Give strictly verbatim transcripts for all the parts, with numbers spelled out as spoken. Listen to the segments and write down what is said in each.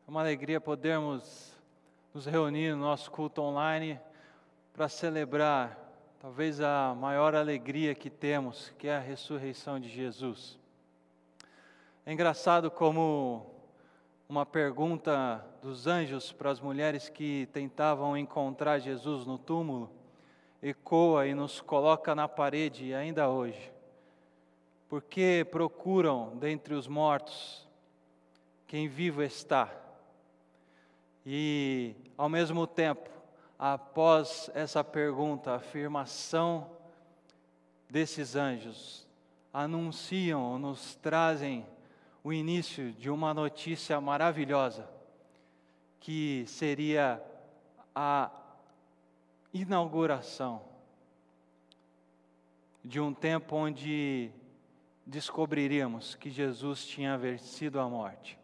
É uma alegria podermos nos reunir no nosso culto online para celebrar talvez a maior alegria que temos, que é a ressurreição de Jesus. É engraçado como uma pergunta dos anjos para as mulheres que tentavam encontrar Jesus no túmulo ecoa e nos coloca na parede ainda hoje. Por que procuram dentre os mortos quem vivo está? E, ao mesmo tempo, após essa pergunta, a afirmação desses anjos anunciam, nos trazem o início de uma notícia maravilhosa, que seria a inauguração de um tempo onde descobriríamos que Jesus tinha vencido a morte.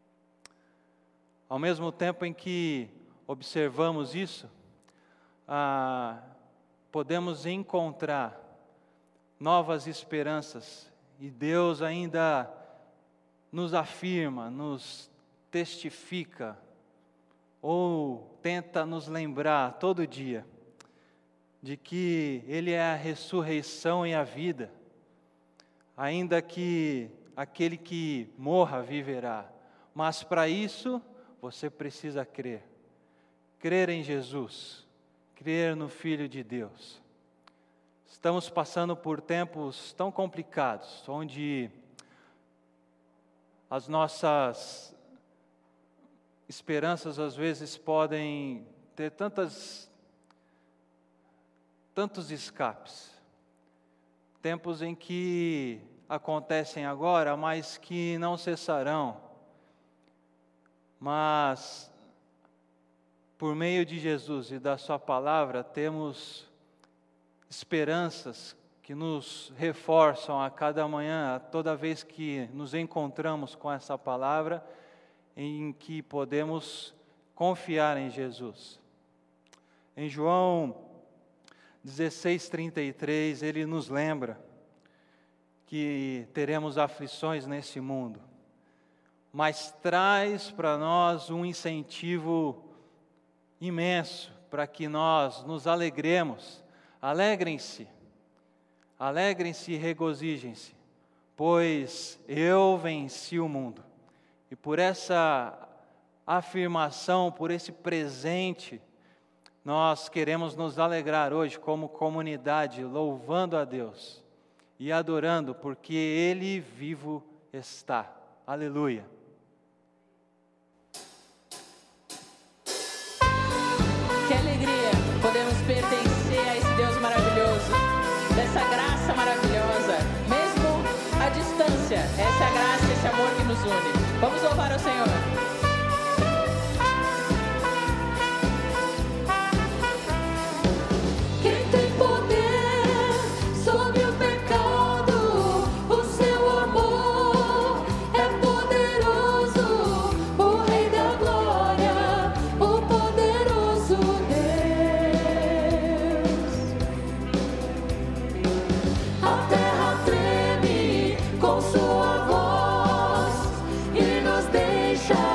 Ao mesmo tempo em que observamos isso, ah, podemos encontrar novas esperanças, e Deus ainda nos afirma, nos testifica, ou tenta nos lembrar todo dia, de que Ele é a ressurreição e a vida, ainda que aquele que morra viverá, mas para isso você precisa crer, crer em Jesus, crer no Filho de Deus. Estamos passando por tempos tão complicados, onde as nossas esperanças às vezes podem ter tantas, tantos escapes. Tempos em que acontecem agora, mas que não cessarão. Mas, por meio de Jesus e da sua palavra, temos esperanças que nos reforçam a cada manhã, toda vez que nos encontramos com essa palavra, em que podemos confiar em Jesus. Em João dezesseis, trinta e três, ele nos lembra que teremos aflições nesse mundo, mas traz para nós um incentivo imenso para que nós nos alegremos. Alegrem-se, alegrem-se e regozijem-se, pois eu venci o mundo. E por essa afirmação, por esse presente, nós queremos nos alegrar hoje como comunidade, louvando a Deus e adorando, porque Ele vivo está. Aleluia. Que alegria podemos pertencer a esse Deus maravilhoso, dessa graça maravilhosa, mesmo à distância. Essa é a graça, esse amor que nos une. Vamos louvar ao Senhor. Com sua voz e nos deixa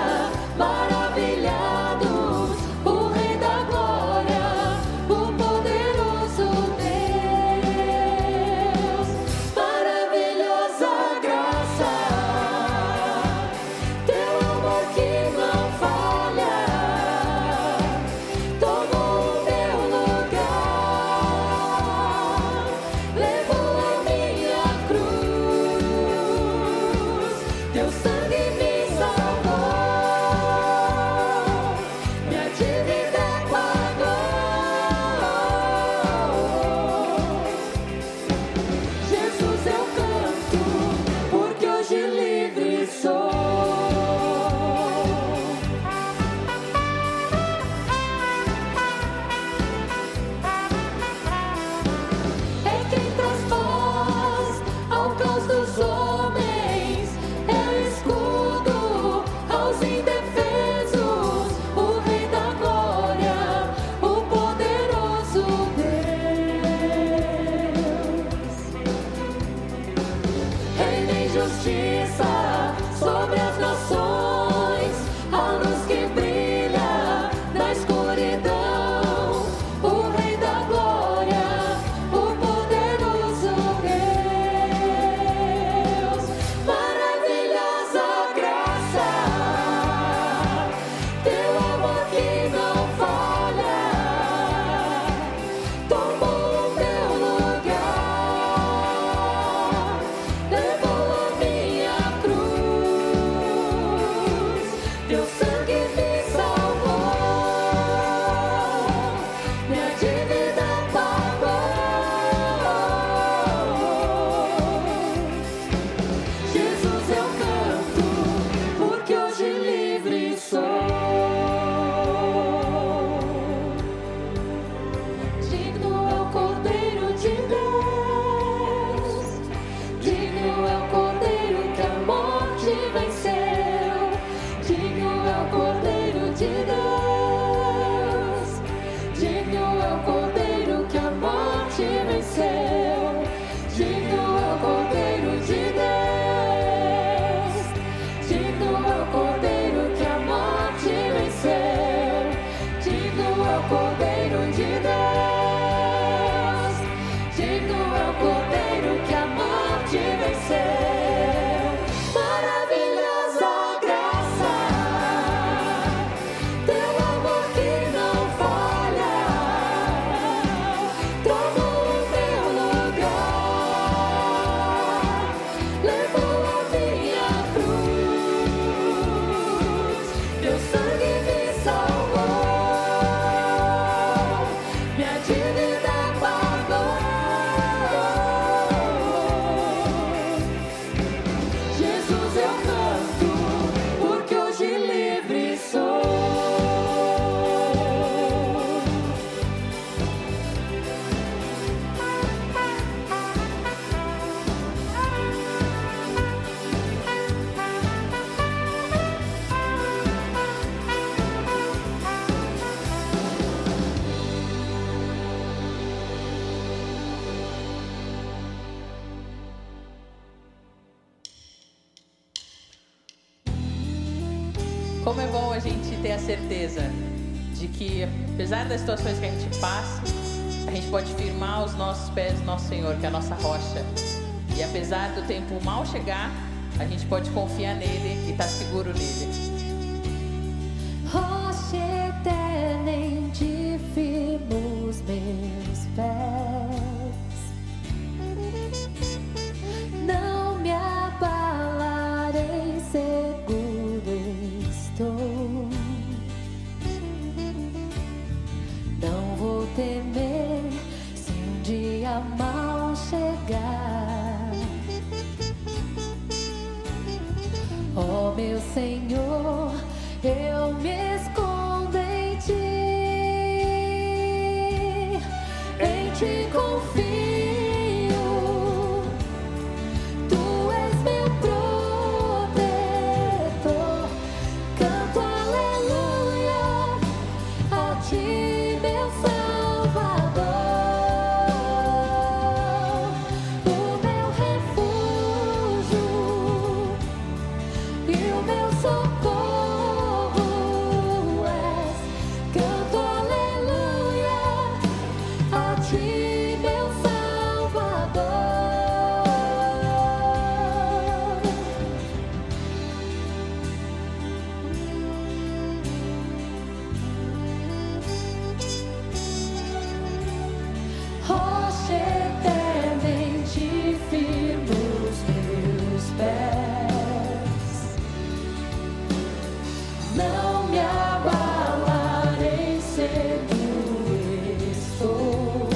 Como é bom a gente ter a certeza de que, apesar das situações que a gente passa, a gente pode firmar os nossos pés no nosso Senhor, que é a nossa rocha. E apesar do tempo mal chegar, a gente pode confiar nele e estar seguro nele. Rocha eterna, em ti firmo os meus pés. Não me abalarei, seguro estou. Não vou temer se um dia mal chegar. Ó meu Senhor, eu me escondo em ti, em ti confio. Tu és meu protetor, canto aleluia a ti, meu Salvador, o meu refúgio e o meu socorro. Canto aleluia a ti, meu Salvador. Rocha eterna, em ti firmo os meus pés. Não me abalarei, seguro estou.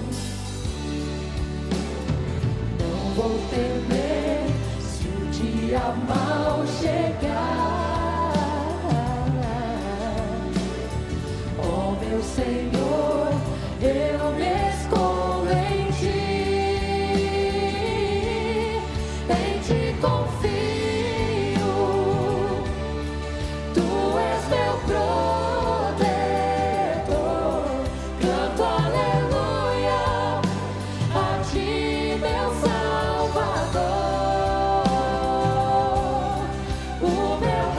Não vou temer se o dia mal chegar. Ó meu Senhor, eu me escondo em ti, em ti confio. Tu és meu protetor, canto aleluia a ti, meu Salvador, o meu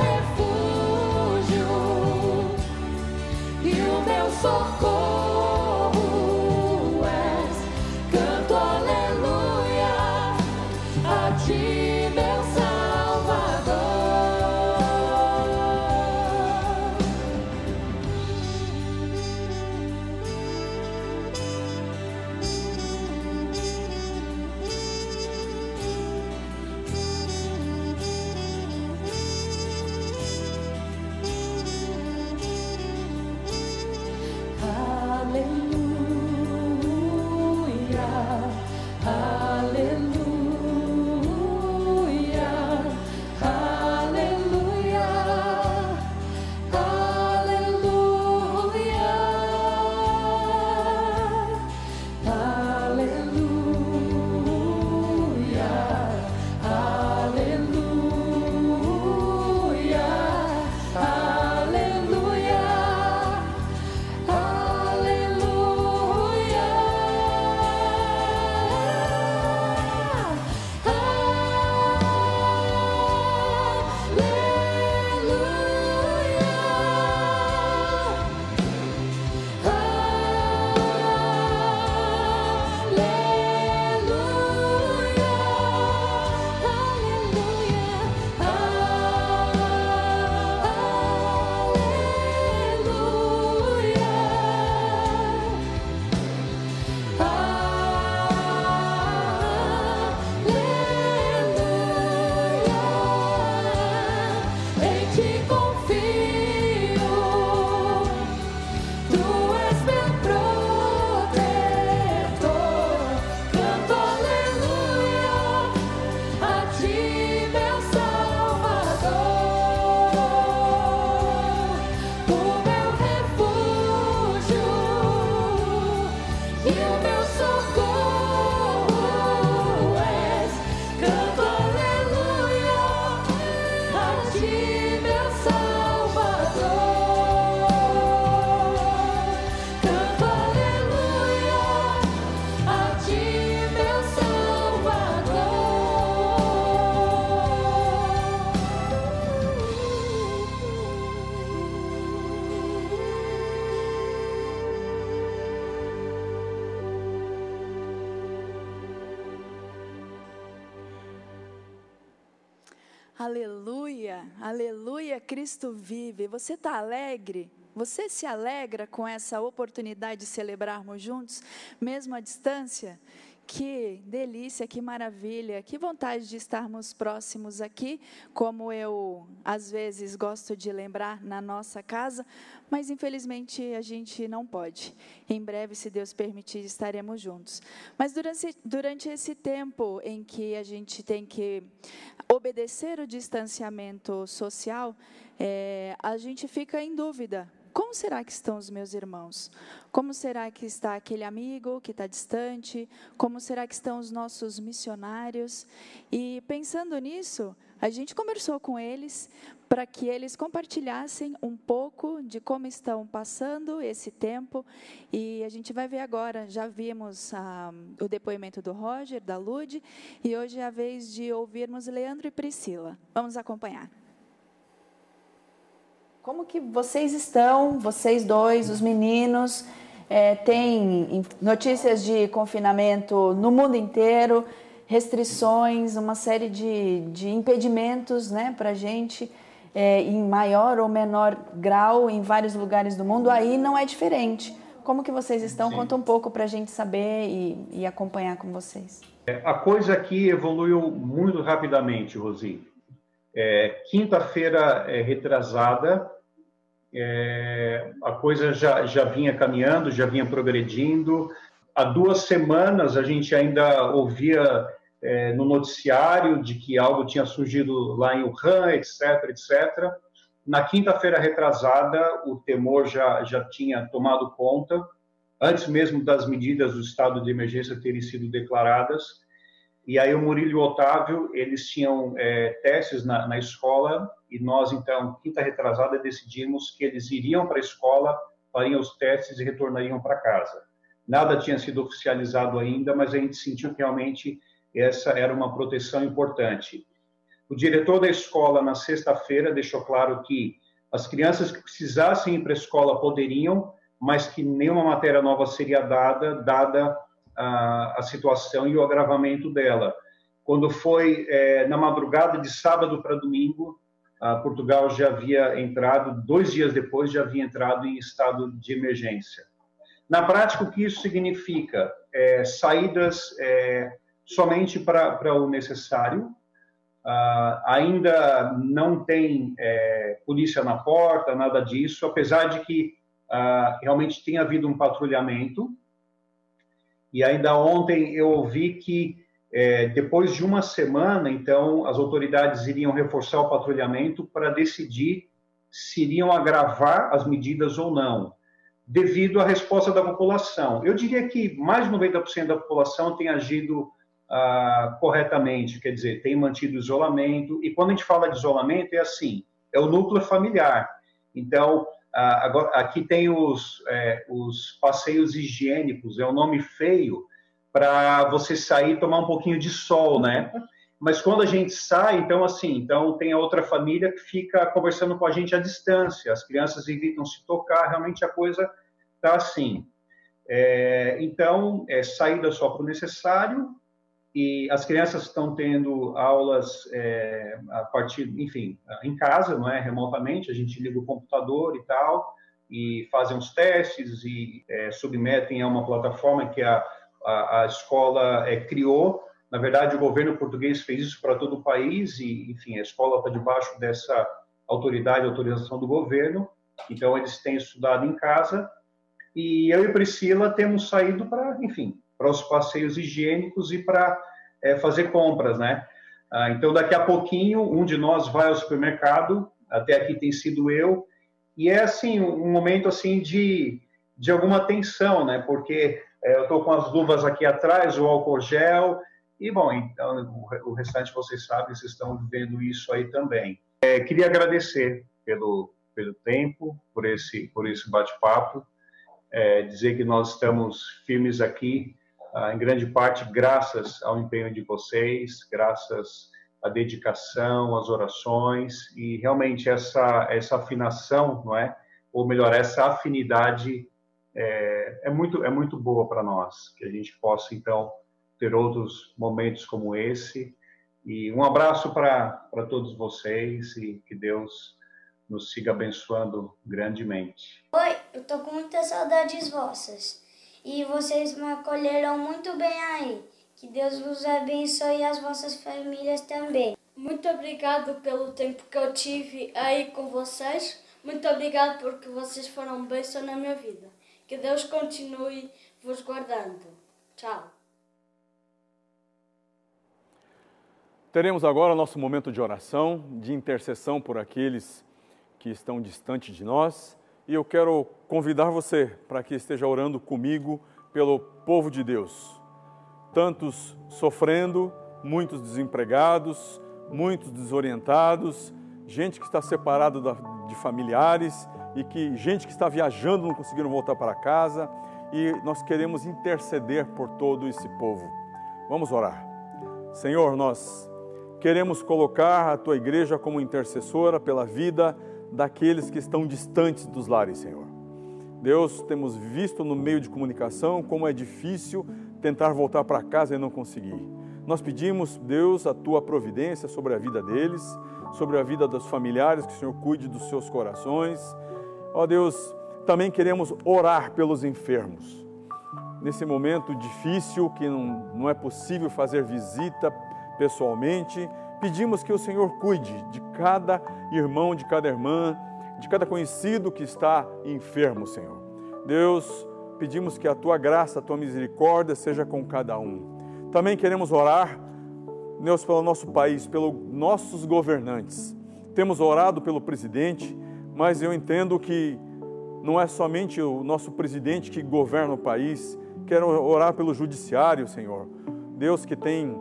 Aleluia, aleluia, Cristo vive. Você está alegre? Você se alegra com essa oportunidade de celebrarmos juntos, mesmo à distância? Que delícia, que maravilha, que vontade de estarmos próximos aqui, como eu às vezes gosto de lembrar na nossa casa, mas infelizmente a gente não pode. Em breve, se Deus permitir, estaremos juntos. Mas durante, durante esse tempo em que a gente tem que obedecer o distanciamento social, é, a gente fica em dúvida. Como será que estão os meus irmãos? Como será que está aquele amigo que está distante? Como será que estão os nossos missionários? E pensando nisso, a gente conversou com eles para que eles compartilhassem um pouco de como estão passando esse tempo. E a gente vai ver agora, já vimos ah, o depoimento do Roger, da Lude, e hoje é a vez de ouvirmos Leandro e Priscila. Vamos acompanhar. Como que vocês estão, vocês dois, os meninos? É, tem notícias de confinamento no mundo inteiro, restrições, uma série de, de impedimentos, né, para a gente, é, em maior ou menor grau, em vários lugares do mundo. Aí não é diferente. Como que vocês estão? Sim. Conta um pouco para a gente saber e, e acompanhar com vocês. A coisa aqui evoluiu muito rapidamente, Rosi. É, quinta-feira é, retrasada, É, a coisa já, já vinha caminhando, já vinha progredindo. Há duas semanas a gente ainda ouvia é, no noticiário de que algo tinha surgido lá em Wuhan, etc, etcétera. Na quinta-feira retrasada, o temor já, já tinha tomado conta, antes mesmo das medidas do estado de emergência terem sido declaradas. E aí o Murilo e o Otávio, eles tinham é, testes na, na escola, e nós, então, quinta retrasada, decidimos que eles iriam para a escola, fariam os testes e retornariam para casa. Nada tinha sido oficializado ainda, mas a gente sentiu que realmente essa era uma proteção importante. O diretor da escola, na sexta-feira, deixou claro que as crianças que precisassem ir para a escola poderiam, mas que nenhuma matéria nova seria dada, dada a, a situação e o agravamento dela. Quando foi é, na madrugada de sábado para domingo, a Portugal já havia entrado, dois dias depois, já havia entrado em estado de emergência. Na prática, o que isso significa? É, saídas é, somente para, para o necessário. Uh, ainda não tem é, polícia na porta, nada disso, apesar de que uh, realmente tem havido um patrulhamento. E ainda ontem eu ouvi que, é, depois de uma semana, então, as autoridades iriam reforçar o patrulhamento para decidir se iriam agravar as medidas ou não, devido à resposta da população. Eu diria que mais de noventa por cento da população tem agido ah, corretamente, quer dizer, tem mantido isolamento, e quando a gente fala de isolamento, é assim, é o núcleo familiar. Então, ah, agora, aqui tem os, é, os passeios higiênicos, é um nome feio para você sair e tomar um pouquinho de sol, né? Mas quando a gente sai, então, assim, então tem a outra família que fica conversando com a gente à distância, as crianças evitam se tocar, realmente a coisa está assim. É, então, é saída só para o necessário, e as crianças estão tendo aulas é, a partir, enfim, em casa, não é, remotamente, a gente liga o computador e tal, e fazem os testes e é, submetem a uma plataforma que a, a, a escola é, criou. Na verdade, o governo português fez isso para todo o país e, enfim, a escola está debaixo dessa autoridade, autorização do governo. Então, eles têm estudado em casa e eu e Priscila temos saído para, enfim, para os passeios higiênicos e para é, fazer compras, né? Ah, então, daqui a pouquinho, um de nós vai ao supermercado, até aqui tem sido eu, e é, assim, um momento, assim, de, de alguma tensão, né? Porque é, eu estou com as luvas aqui atrás, o álcool gel. E, bom, então, o restante vocês sabem, vocês estão vivendo isso aí também. É, queria agradecer pelo, pelo tempo, por esse, por esse bate-papo, é, dizer que nós estamos firmes aqui, ah, em grande parte graças ao empenho de vocês, graças à dedicação, às orações, e realmente essa, essa afinação, não é? Ou melhor, essa afinidade é, é, muito, é muito boa para nós, que a gente possa, então, ter outros momentos como esse E um abraço para todos vocês e que Deus nos siga abençoando grandemente. Oi, eu tô com muitas saudades vossas e vocês me acolheram muito bem aí. Que Deus vos abençoe e as vossas famílias também. Muito obrigado pelo tempo que eu tive aí com vocês. Muito obrigado porque vocês foram bênção na minha vida. Que Deus continue vos guardando. Tchau. Teremos agora o nosso momento de oração, de intercessão por aqueles que estão distantes de nós. E eu quero convidar você para que esteja orando comigo pelo povo de Deus. Tantos sofrendo, muitos desempregados, muitos desorientados, gente que está separada de familiares e que gente que está viajando não conseguiram voltar para casa. E nós queremos interceder por todo esse povo. Vamos orar. Senhor, nós queremos colocar a Tua igreja como intercessora pela vida daqueles que estão distantes dos lares, Senhor. Deus, temos visto no meio de comunicação como é difícil tentar voltar para casa e não conseguir. Nós pedimos, Deus, a Tua providência sobre a vida deles, sobre a vida dos familiares, que o Senhor cuide dos seus corações. Ó Deus, também queremos orar pelos enfermos. Nesse momento difícil, que não, não é possível fazer visita pessoalmente, pedimos que o Senhor cuide de cada irmão, de cada irmã, de cada conhecido que está enfermo, Senhor. Deus, pedimos que a Tua graça, a Tua misericórdia seja com cada um. Também queremos orar, Deus, pelo nosso país, pelos nossos governantes. Temos orado pelo presidente, mas eu entendo que não é somente o nosso presidente que governa o país. Quero orar pelo judiciário, Senhor. Deus, que tem,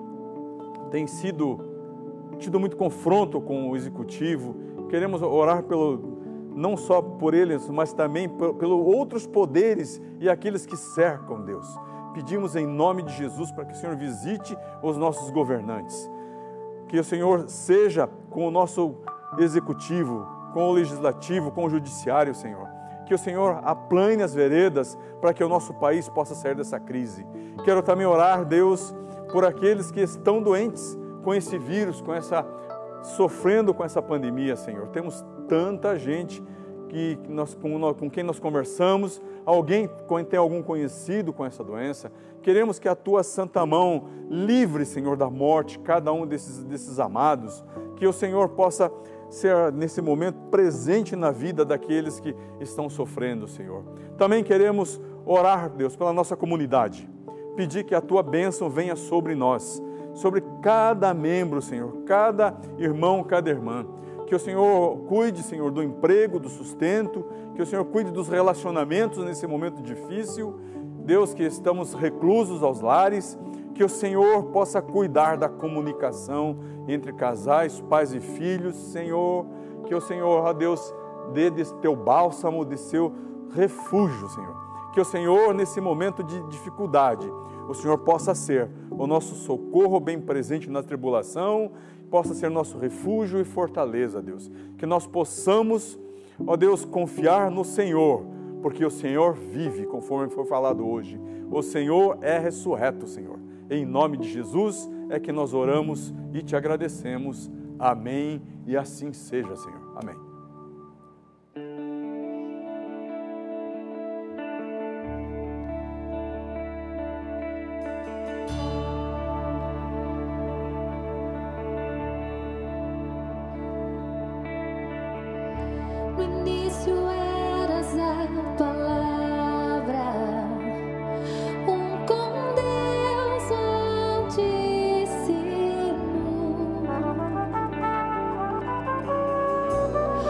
tem sido, tido muito confronto com o executivo. Queremos orar pelo, não só por eles, mas também pelos outros poderes e aqueles que cercam, Deus. Pedimos em nome de Jesus para que o Senhor visite os nossos governantes. Que o Senhor seja com o nosso executivo, com o legislativo, com o judiciário, Senhor. Que o Senhor aplane as veredas para que o nosso país possa sair dessa crise. Quero também orar, Deus, por aqueles que estão doentes com esse vírus, com essa, sofrendo com essa pandemia, Senhor. Temos tanta gente que nós, com, com quem nós conversamos, alguém tem algum conhecido com essa doença. Queremos que a Tua santa mão livre, Senhor, da morte, cada um desses, desses amados. Que o Senhor possa ser, nesse momento, presente na vida daqueles que estão sofrendo, Senhor. Também queremos orar, Deus, pela nossa comunidade. Pedir que a Tua bênção venha sobre nós, sobre cada membro, Senhor, cada irmão, cada irmã. Que o Senhor cuide, Senhor, do emprego, do sustento, que o Senhor cuide dos relacionamentos nesse momento difícil. Deus, que estamos reclusos aos lares, que o Senhor possa cuidar da comunicação entre casais, pais e filhos, Senhor. Que o Senhor, ó Deus, dê desse Teu bálsamo, de seu refúgio, Senhor. Que o Senhor, nesse momento de dificuldade, o Senhor possa ser o nosso socorro bem presente na tribulação, possa ser nosso refúgio e fortaleza, Deus. Que nós possamos, ó Deus, confiar no Senhor, porque o Senhor vive, conforme foi falado hoje. O Senhor é ressurreto, Senhor. Em nome de Jesus é que nós oramos e Te agradecemos. Amém. E assim seja, Senhor. Amém. No início eras a palavra, um com Deus Altíssimo.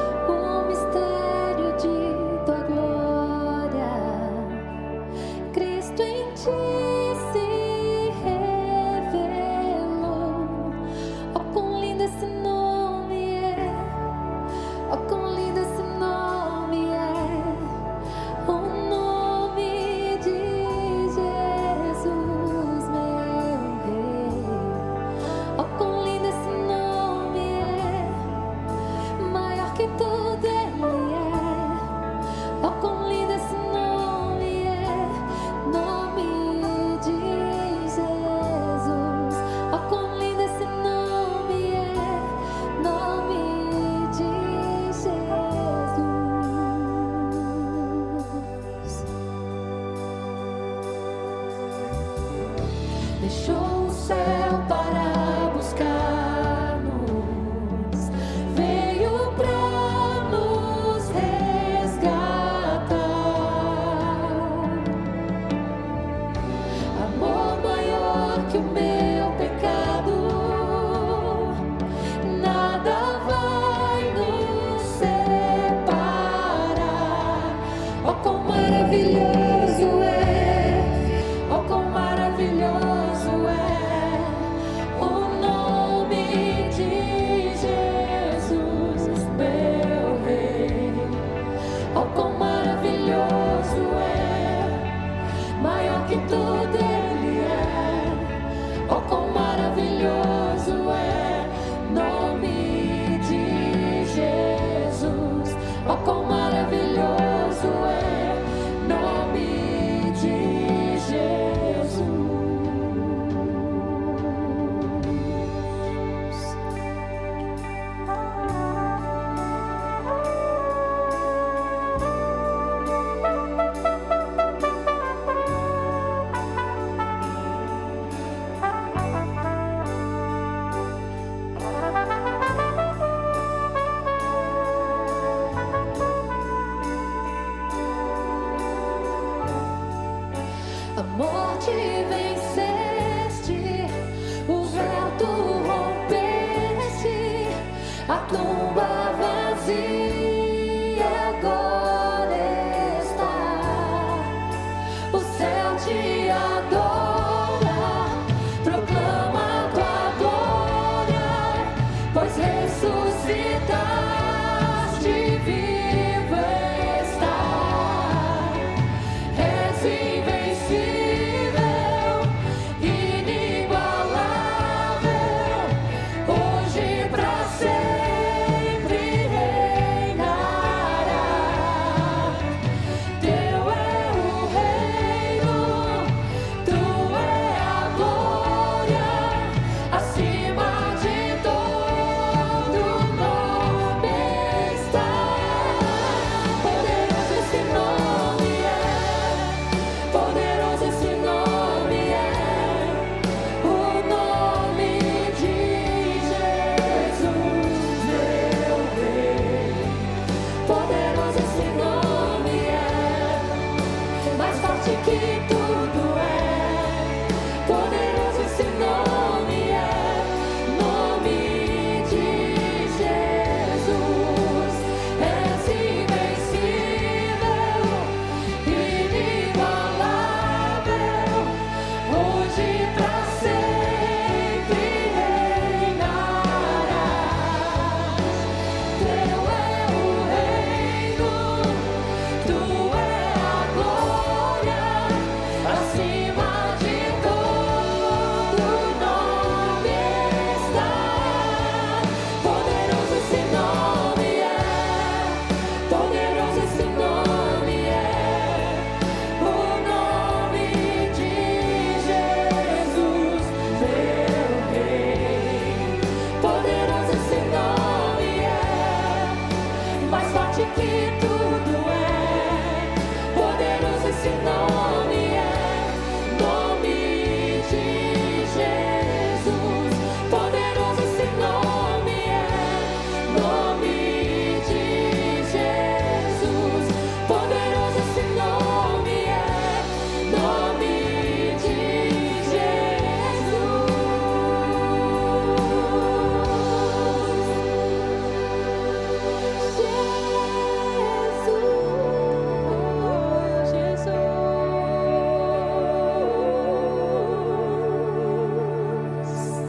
Oh, quão maravilhoso é, maior que tudo Ele é. Oh, quão maravilhoso é, nome de Jesus. Oh, quão maravilhoso é, nome de Jesus. A morte venceste, o véu tu rompeste, a tumba vazia agora está. O céu te adora, proclama tua glória, pois ressuscitaste, vivo está. És invencível, inigualável, hoje pra sempre reinará. Teu é o reino, tu é a glória, acima de todo nome está. Poderoso esse nome é, poderoso esse nome é, o nome de Jesus, meu Rei. Poderoso esse nome é, mais forte que tudo é. Poderoso esse nome é, nome de Jesus. És invencível, inigualável, hoje pra sempre reinarás. Teu é o reino, tu é a glória, acima de todo nome está. Poderoso esse nome é, poderoso esse nome é, o nome de Jesus, meu Rei. Poderoso esse nome é, mais forte que tudo é. Poderoso esse nome é, nome de Jesus. Poderoso esse nome é, nome de Jesus. Poderoso esse nome é, nome de Jesus. Jesus.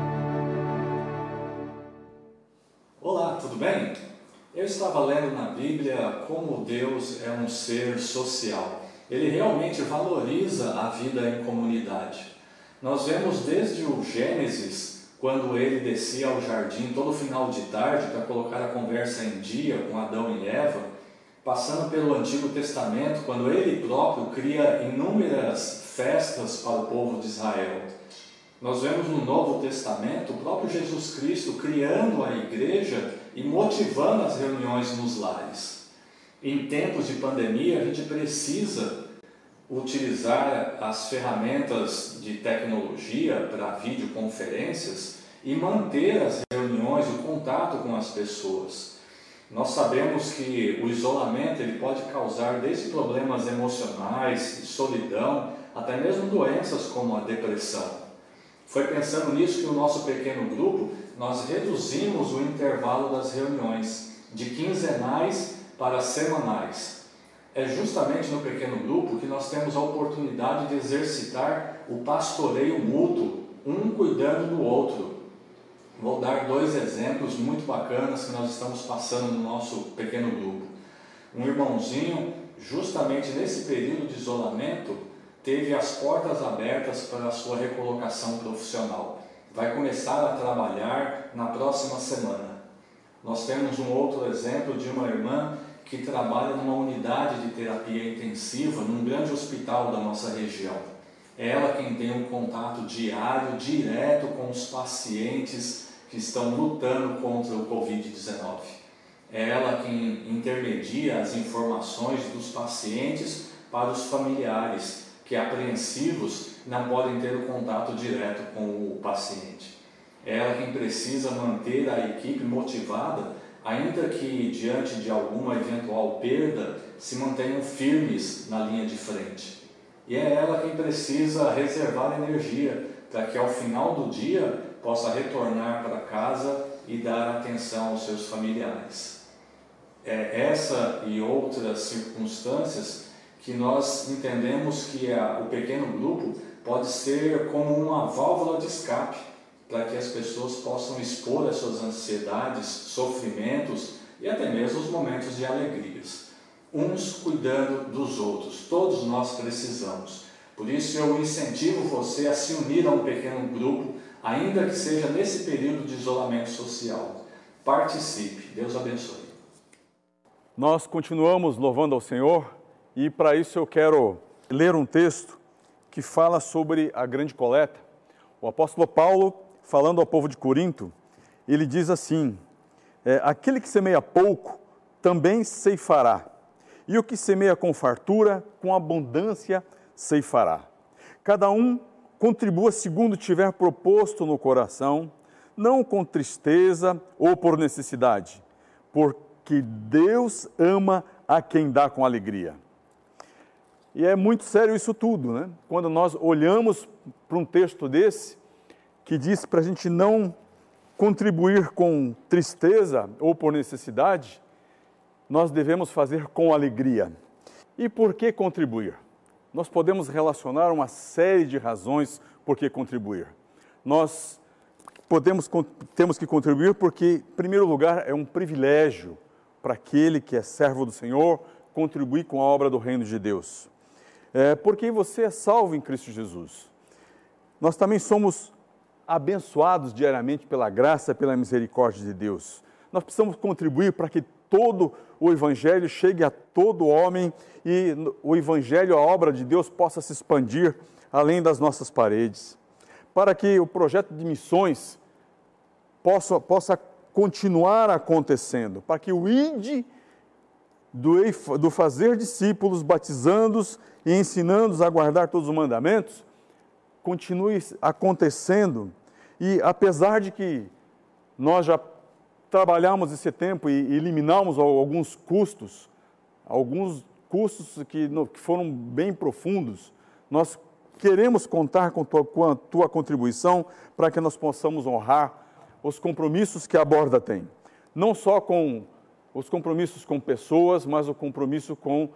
Olá, tudo bem? Eu estava lendo na Bíblia como Deus é um ser social. Ele realmente valoriza a vida em comunidade. Nós vemos desde o Gênesis, quando ele descia ao jardim todo final de tarde para colocar a conversa em dia com Adão e Eva, passando pelo Antigo Testamento, quando ele próprio cria inúmeras festas para o povo de Israel. Nós vemos no Novo Testamento o próprio Jesus Cristo criando a igreja e motivando as reuniões nos lares. Em tempos de pandemia, a gente precisa utilizar as ferramentas de tecnologia para videoconferências e manter as reuniões, o contato com as pessoas. Nós sabemos que o isolamento ele pode causar desde problemas emocionais, solidão, até mesmo doenças como a depressão. Foi pensando nisso que o nosso pequeno grupo, nós reduzimos o intervalo das reuniões de quinzenais para semanais. É justamente no pequeno grupo que nós temos a oportunidade de exercitar o pastoreio mútuo, um cuidando do outro. Vou dar dois exemplos muito bacanas que nós estamos passando no nosso pequeno grupo. Um irmãozinho, justamente nesse período de isolamento, teve as portas abertas para a sua recolocação profissional. Vai começar a trabalhar na próxima semana. Nós temos um outro exemplo de uma irmã que trabalha numa unidade de terapia intensiva num grande hospital da nossa região. É ela quem tem um contato diário, direto com os pacientes que estão lutando contra o covid dezenove. É ela quem intermedia as informações dos pacientes para os familiares, que apreensivos não podem ter o contato direto com o paciente. É ela quem precisa manter a equipe motivada, ainda que diante de alguma eventual perda, se mantenham firmes na linha de frente. E é ela quem precisa reservar energia para que ao final do dia possa retornar para casa e dar atenção aos seus familiares. É essa e outras circunstâncias que nós entendemos que a, o pequeno grupo pode ser como uma válvula de escape para que as pessoas possam expor as suas ansiedades, sofrimentos e até mesmo os momentos de alegrias. Uns cuidando dos outros, todos nós precisamos. Por isso eu incentivo você a se unir a um pequeno grupo, ainda que seja nesse período de isolamento social. Participe. Deus abençoe. Nós continuamos louvando ao Senhor e para isso eu quero ler um texto que fala sobre a grande coleta. O apóstolo Paulo, falando ao povo de Corinto, ele diz assim, é, aquele que semeia pouco também ceifará, e o que semeia com fartura, com abundância ceifará. Cada um contribua segundo tiver proposto no coração, não com tristeza ou por necessidade, porque que Deus ama a quem dá com alegria. E é muito sério isso tudo, né? Quando nós olhamos para um texto desse, que diz para a gente não contribuir com tristeza ou por necessidade, nós devemos fazer com alegria. E por que contribuir? Nós podemos relacionar uma série de razões por que contribuir. Nós podemos, temos que contribuir porque, em primeiro lugar, é um privilégio para aquele que é servo do Senhor, contribuir com a obra do reino de Deus. É porque você é salvo em Cristo Jesus. Nós também somos abençoados diariamente pela graça, pela misericórdia de Deus. Nós precisamos contribuir para que todo o Evangelho chegue a todo homem e o Evangelho, a obra de Deus, possa se expandir além das nossas paredes. Para que o projeto de missões possa, possa continuar acontecendo, para que o I D do, do fazer discípulos, batizando-os e ensinando-os a guardar todos os mandamentos, continue acontecendo. E apesar de que nós já trabalhamos esse tempo e eliminamos alguns custos, alguns custos que, no, que foram bem profundos, nós queremos contar com, tua, com a tua contribuição para que nós possamos honrar os compromissos que a Borda tem. Não só com os compromissos com pessoas, mas o compromisso com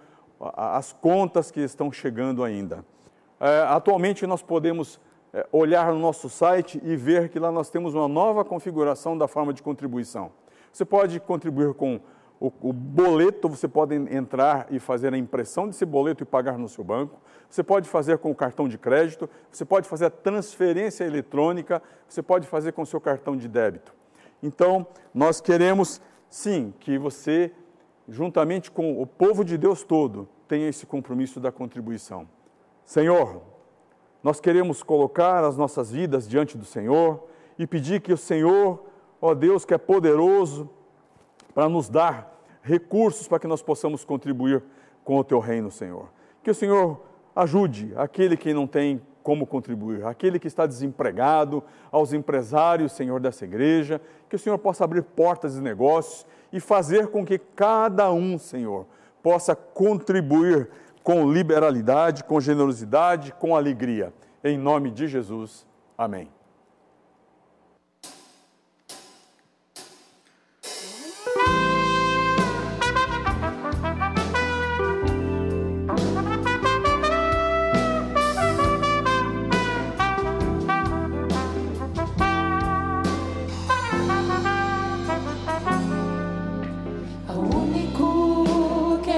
as contas que estão chegando ainda. É, atualmente nós podemos é, olhar no nosso site e ver que lá nós temos uma nova configuração da forma de contribuição. Você pode contribuir com o, o boleto, você pode entrar e fazer a impressão desse boleto e pagar no seu banco. Você pode fazer com o cartão de crédito, você pode fazer a transferência eletrônica, você pode fazer com o seu cartão de débito. Então, nós queremos, sim, que você, juntamente com o povo de Deus todo, tenha esse compromisso da contribuição. Senhor, nós queremos colocar as nossas vidas diante do Senhor e pedir que o Senhor, ó Deus, que é poderoso, para nos dar recursos para que nós possamos contribuir com o Teu reino, Senhor. Que o Senhor ajude aquele que não tem como contribuir, aquele que está desempregado, aos empresários, Senhor, dessa igreja, que o Senhor possa abrir portas de negócios e fazer com que cada um, Senhor, possa contribuir com liberalidade, com generosidade, com alegria. Em nome de Jesus. Amém. Ao único que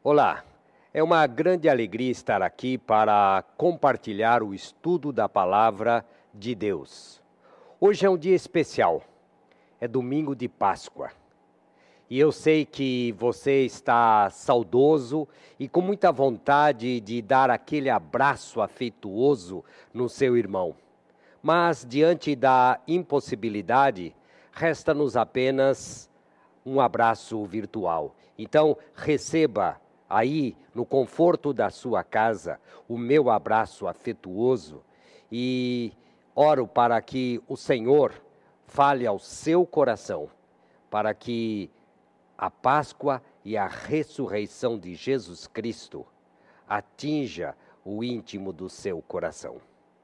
Olá, é uma grande alegria estar aqui para compartilhar o estudo da Palavra de Deus. Hoje é um dia especial, é domingo de Páscoa. E eu sei que você está saudoso e com muita vontade de dar aquele abraço afetuoso no seu irmão. Mas diante da impossibilidade, resta-nos apenas um abraço virtual. Então, receba aí, no conforto da sua casa, o meu abraço afetuoso e oro para que o Senhor fale ao seu coração, para que a Páscoa e a ressurreição de Jesus Cristo atinja o íntimo do seu coração.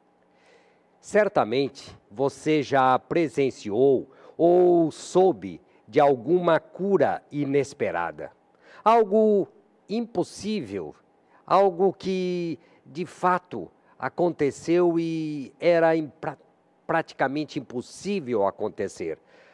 Certamente você já presenciou ou soube de alguma cura inesperada, algo impossível, algo que de fato aconteceu e era impra- praticamente impossível acontecer.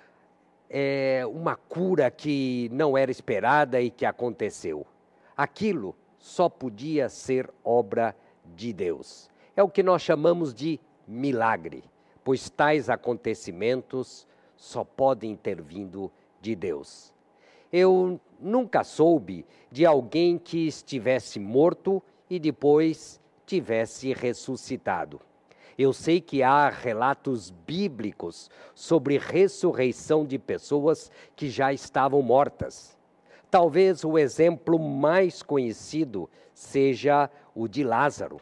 É uma cura que não era esperada e que aconteceu. Aquilo só podia ser obra de Deus. É o que nós chamamos de milagre, pois tais acontecimentos só podem ter vindo de Deus. Eu nunca soube de alguém que estivesse morto e depois tivesse ressuscitado. Eu sei que há relatos bíblicos sobre ressurreição de pessoas que já estavam mortas. Talvez o exemplo mais conhecido seja o de Lázaro.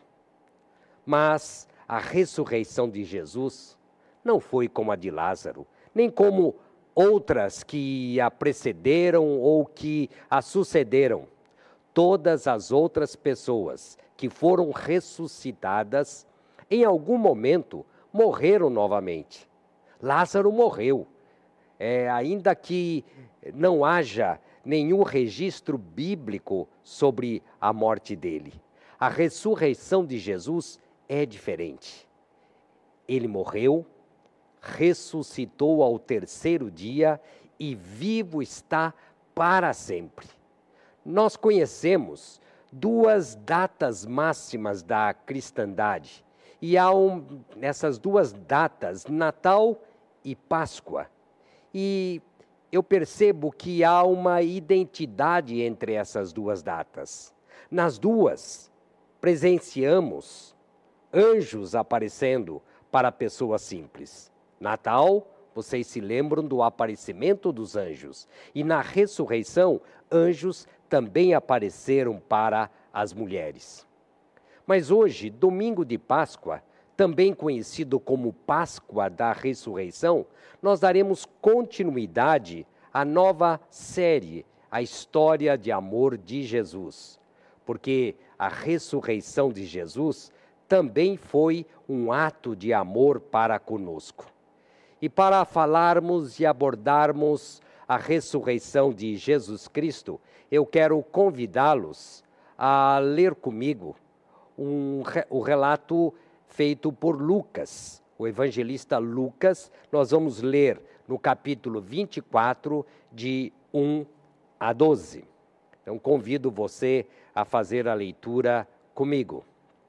Mas a ressurreição de Jesus não foi como a de Lázaro, nem como outras que a precederam ou que a sucederam. Todas as outras pessoas que foram ressuscitadas, em algum momento, morreram novamente. Lázaro morreu, é, ainda que não haja nenhum registro bíblico sobre a morte dele. A ressurreição de Jesus é diferente. Ele morreu, ressuscitou ao terceiro dia e vivo está para sempre. Nós conhecemos duas datas máximas da cristandade, e há um, nessas duas datas, Natal e Páscoa. E eu percebo que há uma identidade entre essas duas datas. Nas duas, presenciamos anjos aparecendo para pessoas simples. Natal, vocês se lembram do aparecimento dos anjos. E na ressurreição, anjos também apareceram para as mulheres. Mas hoje, domingo de Páscoa, também conhecido como Páscoa da Ressurreição, nós daremos continuidade à nova série, a história de amor de Jesus. Porque a ressurreição de Jesus também foi um ato de amor para conosco. E para falarmos e abordarmos a ressurreição de Jesus Cristo, eu quero convidá-los a ler comigo um, o relato feito por Lucas, o evangelista Lucas. Nós vamos ler no capítulo vinte e quatro, de um a doze. Então, convido você a fazer a leitura comigo.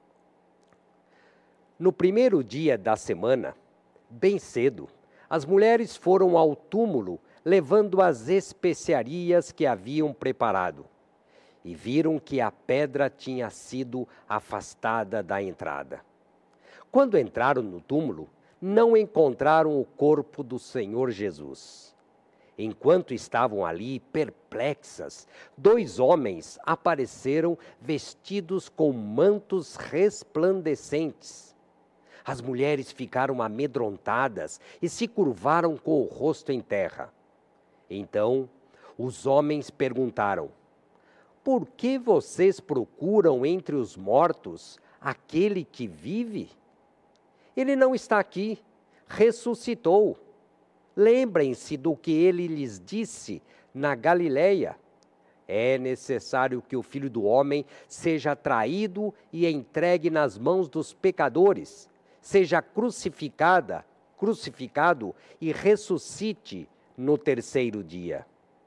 No primeiro dia da semana, bem cedo, as mulheres foram ao túmulo levando as especiarias que haviam preparado e viram que a pedra tinha sido afastada da entrada. Quando entraram no túmulo, não encontraram o corpo do Senhor Jesus. Enquanto estavam ali perplexas, dois homens apareceram vestidos com mantos resplandecentes. As mulheres ficaram amedrontadas e se curvaram com o rosto em terra. Então, os homens perguntaram: por que vocês procuram entre os mortos aquele que vive? Ele não está aqui, ressuscitou. Lembrem-se do que ele lhes disse na Galileia. É necessário que o Filho do Homem seja traído e entregue nas mãos dos pecadores, seja crucificada, crucificado e ressuscite no terceiro dia.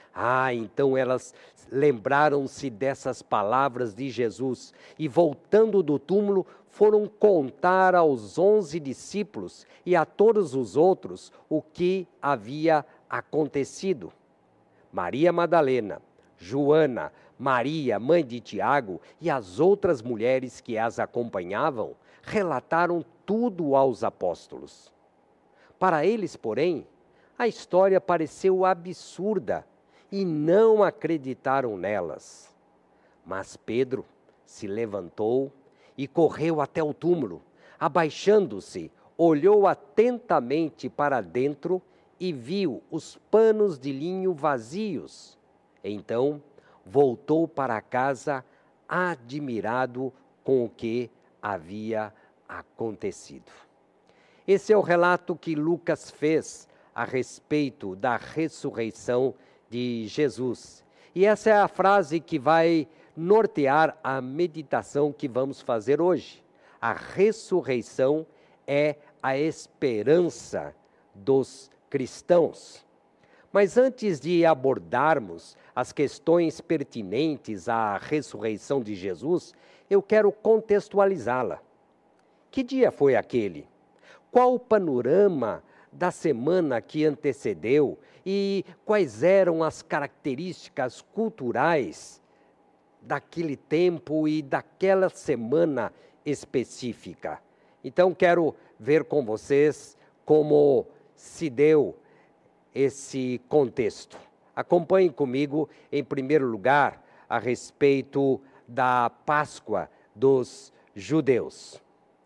Ah, então elas lembraram-se dessas palavras de Jesus e, voltando do túmulo, foram contar aos onze discípulos e a todos os outros o que havia acontecido. Maria Madalena, Joana, Maria, mãe de Tiago, e as outras mulheres que as acompanhavam, relataram tudo aos apóstolos. Para eles, porém, a história pareceu absurda e não acreditaram nelas. Mas Pedro se levantou e correu até o túmulo. Abaixando-se, olhou atentamente para dentro e viu os panos de linho vazios. Então, voltou para casa admirado com o que havia acontecido. Esse é o relato que Lucas fez a respeito da ressurreição de Jesus. E essa é a frase que vai nortear a meditação que vamos fazer hoje. A ressurreição é a esperança dos cristãos. Mas antes de abordarmos as questões pertinentes à ressurreição de Jesus, eu quero contextualizá-la. Que dia foi aquele? Qual o panorama da semana que antecedeu e quais eram as características culturais daquele tempo e daquela semana específica? Então, quero ver com vocês como se deu esse contexto. Acompanhem comigo, em primeiro lugar, a respeito da Páscoa dos judeus.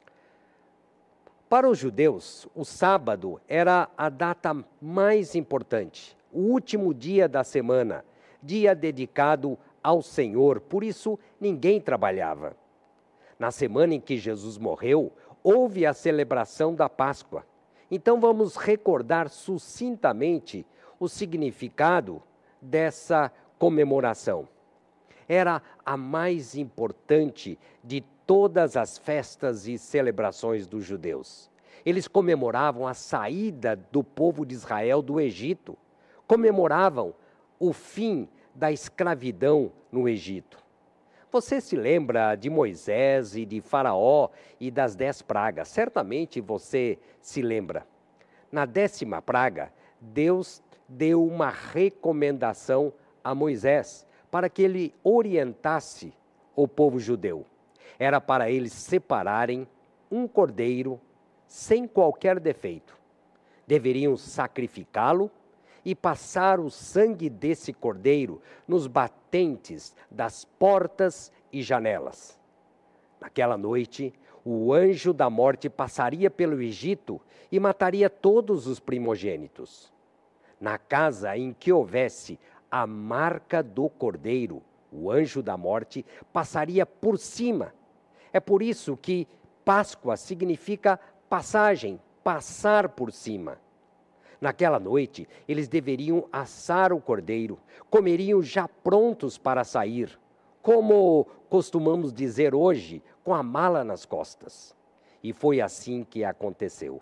Para os judeus, o sábado era a data mais importante, o último dia da semana, dia dedicado ao Senhor, por isso ninguém trabalhava. Na semana em que Jesus morreu, houve a celebração da Páscoa. Então vamos recordar sucintamente o significado dessa comemoração. Era a mais importante de todas as festas e celebrações dos judeus. Eles comemoravam a saída do povo de Israel do Egito, comemoravam o fim da escravidão no Egito. Você se lembra de Moisés e de Faraó e das dez pragas? Certamente você se lembra. Na décima praga, Deus deu uma recomendação a Moisés para que ele orientasse o povo judeu. Era para eles separarem um cordeiro sem qualquer defeito. Deveriam sacrificá-lo e passar o sangue desse cordeiro nos batentes das portas e janelas. Naquela noite, o anjo da morte passaria pelo Egito e mataria todos os primogênitos. Na casa em que houvesse a marca do cordeiro, o anjo da morte passaria por cima. É por isso que Páscoa significa passagem, passar por cima. Naquela noite, eles deveriam assar o cordeiro, comeriam já prontos para sair, como costumamos dizer hoje, com a mala nas costas. E foi assim que aconteceu.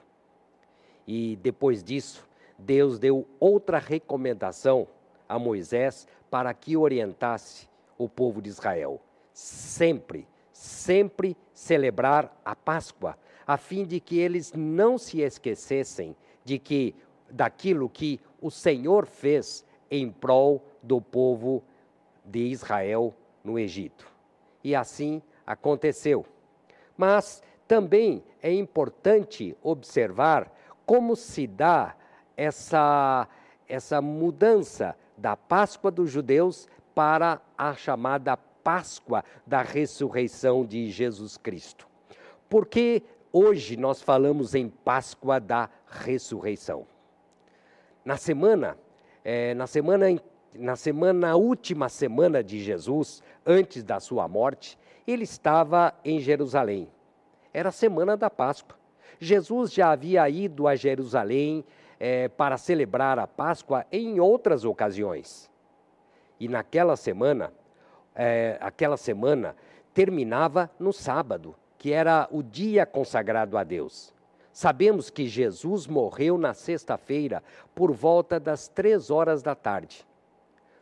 E depois disso, Deus deu outra recomendação a Moisés para que orientasse o povo de Israel. Sempre, sempre celebrar a Páscoa, a fim de que eles não se esquecessem de que daquilo que o Senhor fez em prol do povo de Israel no Egito. E assim aconteceu. Mas também é importante observar como se dá essa, essa mudança da Páscoa dos judeus para a chamada Páscoa da ressurreição de Jesus Cristo. Porque hoje nós falamos em Páscoa da ressurreição. Na semana, é, na semana, na semana, última semana de Jesus, antes da sua morte, ele estava em Jerusalém. Era a semana da Páscoa. Jesus já havia ido a Jerusalém é, para celebrar a Páscoa em outras ocasiões. E naquela semana, é, aquela semana terminava no sábado, que era o dia consagrado a Deus. Sabemos que Jesus morreu na sexta-feira por volta das três horas da tarde.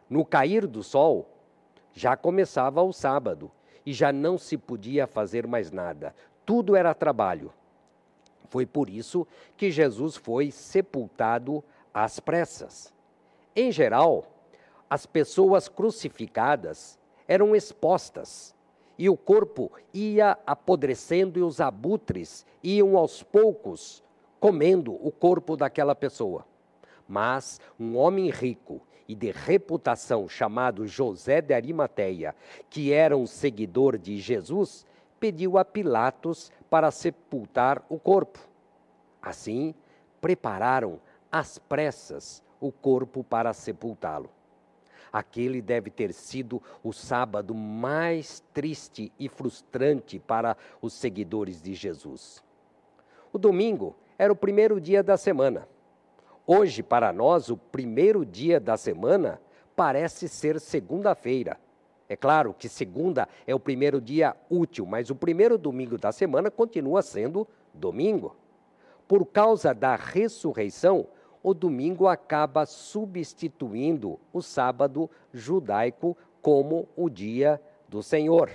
No cair do sol, já começava o sábado e já não se podia fazer mais nada. Tudo era trabalho. Foi por isso que Jesus foi sepultado às pressas. Em geral, as pessoas crucificadas eram expostas e o corpo ia apodrecendo e os abutres iam aos poucos comendo o corpo daquela pessoa. Mas um homem rico e de reputação chamado José de Arimateia, que era um seguidor de Jesus, pediu a Pilatos para sepultar o corpo. Assim, prepararam às pressas o corpo para sepultá-lo. Aquele deve ter sido o sábado mais triste e frustrante para os seguidores de Jesus. O domingo era o primeiro dia da semana. Hoje, para nós, o primeiro dia da semana parece ser segunda-feira. É claro que segunda é o primeiro dia útil, mas o primeiro domingo da semana continua sendo domingo. Por causa da ressurreição, o domingo acaba substituindo o sábado judaico como o dia do Senhor.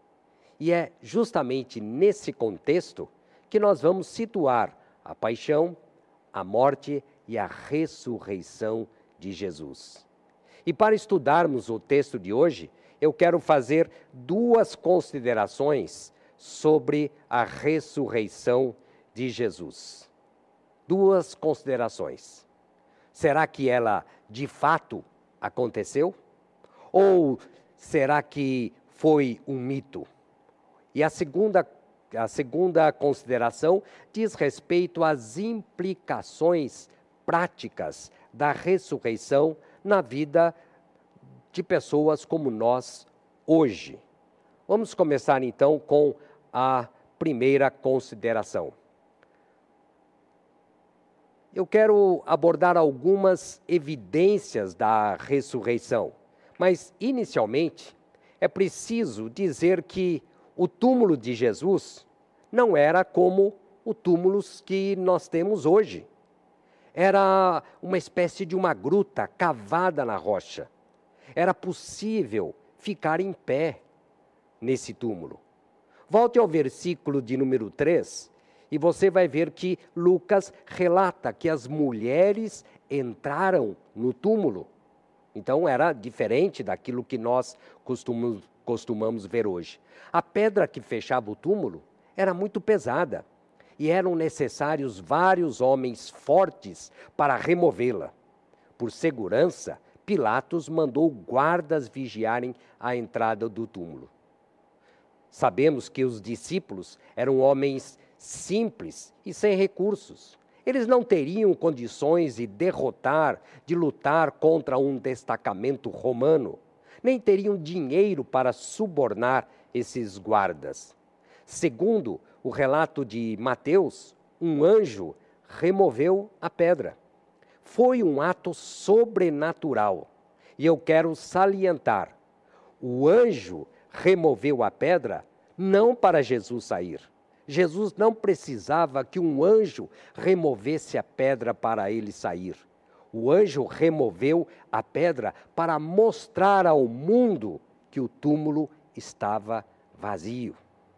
E é justamente nesse contexto que nós vamos situar a paixão, a morte e a ressurreição de Jesus. E para estudarmos o texto de hoje, eu quero fazer duas considerações sobre a ressurreição de Jesus. Duas considerações. Será que ela de fato aconteceu? Ou será que foi um mito? E a segunda, a segunda consideração diz respeito às implicações práticas da ressurreição na vida de pessoas como nós hoje. Vamos começar então com a primeira consideração. Eu quero abordar algumas evidências da ressurreição, mas inicialmente é preciso dizer que o túmulo de Jesus não era como o túmulo que nós temos hoje. Era uma espécie de uma gruta cavada na rocha. Era possível ficar em pé nesse túmulo. Volte ao versículo de número três e você vai ver que Lucas relata que as mulheres entraram no túmulo. Então era diferente daquilo que nós costumamos, costumamos ver hoje. A pedra que fechava o túmulo era muito pesada e eram necessários vários homens fortes para removê-la. Por segurança, Pilatos mandou guardas vigiarem a entrada do túmulo. Sabemos que os discípulos eram homens simples e sem recursos. Eles não teriam condições de derrotar, de lutar contra um destacamento romano, nem teriam dinheiro para subornar esses guardas. Segundo o relato de Mateus, um anjo removeu a pedra. Foi um ato sobrenatural. E eu quero salientar, o anjo removeu a pedra não para Jesus sair. Jesus não precisava que um anjo removesse a pedra para ele sair. O anjo removeu a pedra para mostrar ao mundo que o túmulo estava vazio.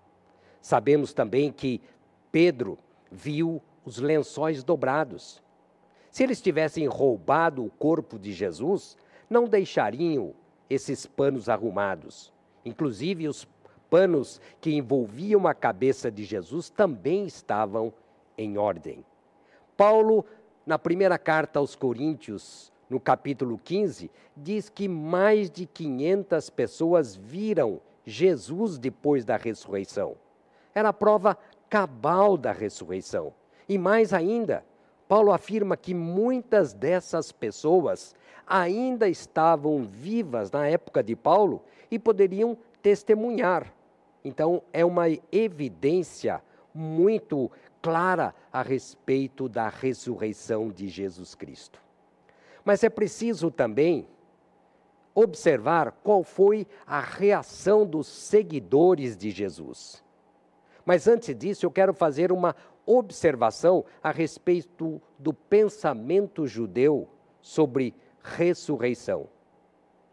Sabemos também que Pedro viu os lençóis dobrados. Se eles tivessem roubado o corpo de Jesus, não deixariam esses panos arrumados. Inclusive, os panos que envolviam a cabeça de Jesus também estavam em ordem. Paulo, na primeira carta aos Coríntios, no capítulo quinze, diz que mais de quinhentas pessoas viram Jesus depois da ressurreição. Era a prova cabal da ressurreição. E mais ainda, Paulo afirma que muitas dessas pessoas ainda estavam vivas na época de Paulo e poderiam testemunhar. Então, é uma evidência muito clara a respeito da ressurreição de Jesus Cristo. Mas é preciso também observar qual foi a reação dos seguidores de Jesus. Mas antes disso, eu quero fazer uma observação a respeito do pensamento judeu sobre ressurreição.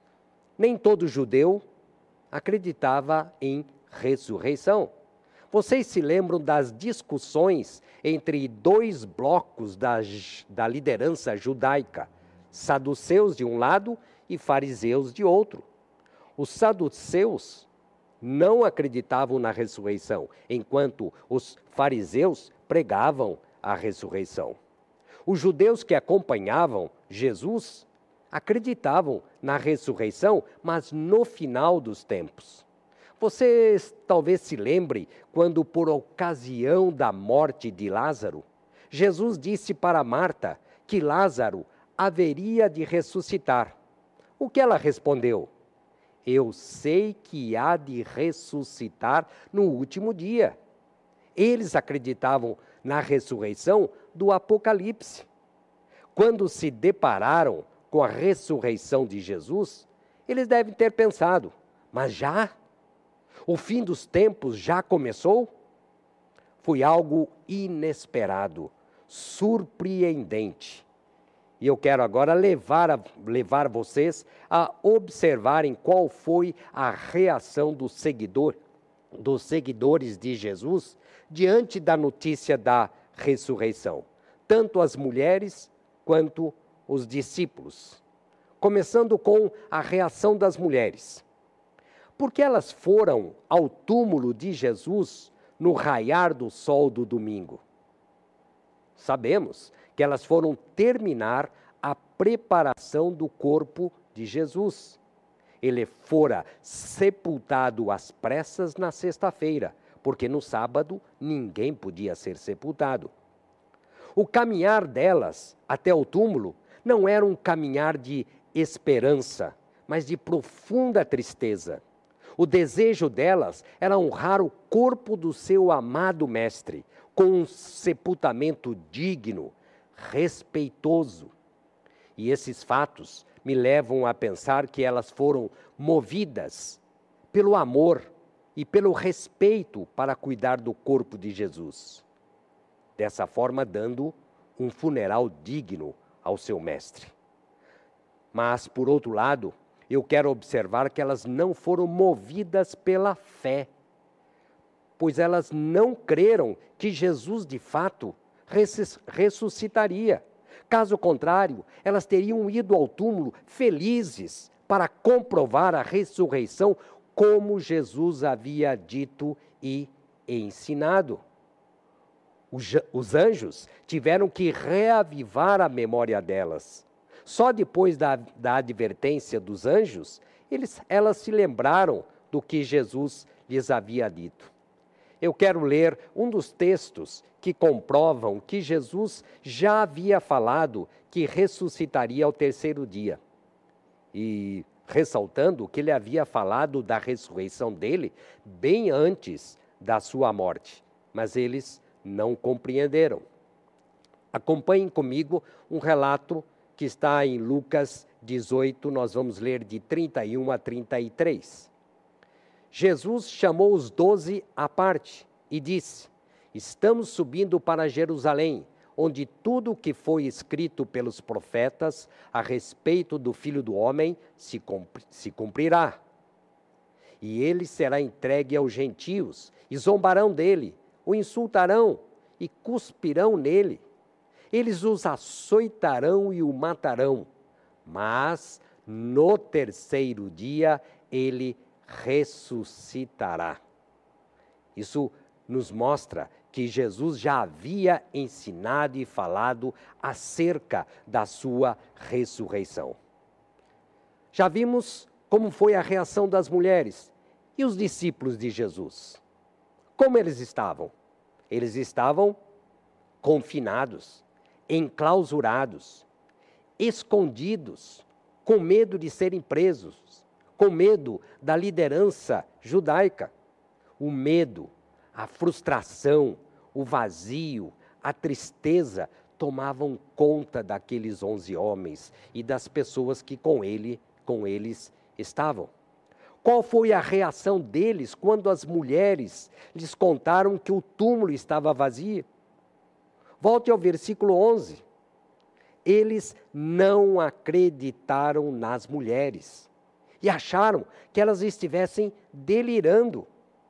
nem todo judeu acreditava em ressurreição. Vocês se lembram das discussões entre dois blocos da, da liderança judaica, saduceus de um lado e fariseus de outro. Os saduceus não acreditavam na ressurreição, enquanto os fariseus pregavam a ressurreição. Os judeus que acompanhavam Jesus acreditavam na ressurreição, mas no final dos tempos. Vocês talvez se lembrem quando, por ocasião da morte de Lázaro, Jesus disse para Marta que Lázaro haveria de ressuscitar. O que ela respondeu? Eu sei que há de ressuscitar no último dia. Eles acreditavam na ressurreição do Apocalipse. Quando se depararam com a ressurreição de Jesus, eles devem ter pensado, mas já? O fim dos tempos já começou? Foi algo inesperado, surpreendente. E eu quero agora levar, a, levar vocês a observarem qual foi a reação do seguidor, dos seguidores de Jesus diante da notícia da ressurreição. Tanto as mulheres quanto os discípulos. Começando com a reação das mulheres. Porque elas foram ao túmulo de Jesus no raiar do sol do domingo. Sabemos que elas foram terminar a preparação do corpo de Jesus. Ele fora sepultado às pressas na sexta-feira, porque no sábado ninguém podia ser sepultado. O caminhar delas até o túmulo não era um caminhar de esperança, mas de profunda tristeza. O desejo delas era honrar o corpo do seu amado mestre, com um sepultamento digno, respeitoso. E esses fatos me levam a pensar que elas foram movidas pelo amor e pelo respeito para cuidar do corpo de Jesus. Dessa forma, dando um funeral digno ao seu mestre. Mas, por outro lado, eu quero observar que elas não foram movidas pela fé, pois elas não creram que Jesus, de fato, ressuscitaria. Caso contrário, elas teriam ido ao túmulo felizes para comprovar a ressurreição como Jesus havia dito e ensinado. Os anjos tiveram que reavivar a memória delas. Só depois da, da advertência dos anjos, eles, elas se lembraram do que Jesus lhes havia dito. Eu quero ler um dos textos que comprovam que Jesus já havia falado que ressuscitaria ao terceiro dia. E ressaltando que ele havia falado da ressurreição dele bem antes da sua morte. Mas eles não compreenderam. Acompanhem comigo um relato que está em Lucas dezoito, nós vamos ler de trinta e um a trinta e três. Jesus chamou os doze à parte e disse: estamos subindo para Jerusalém, onde tudo o que foi escrito pelos profetas a respeito do Filho do Homem se, cumpri- se cumprirá. E ele será entregue aos gentios, e zombarão dele, o insultarão e cuspirão nele. Eles os açoitarão e o matarão, mas no terceiro dia ele ressuscitará. Isso nos mostra que Jesus já havia ensinado e falado acerca da sua ressurreição. Já vimos como foi a reação das mulheres e os discípulos de Jesus. Como eles estavam? Eles estavam confinados, enclausurados, escondidos, com medo de serem presos, com medo da liderança judaica. O medo, a frustração, o vazio, a tristeza tomavam conta daqueles onze homens e das pessoas que com ele, com eles estavam. Qual foi a reação deles quando as mulheres lhes contaram que o túmulo estava vazio? Volte ao versículo onze. Eles não acreditaram nas mulheres. e acharam que elas estivessem delirando.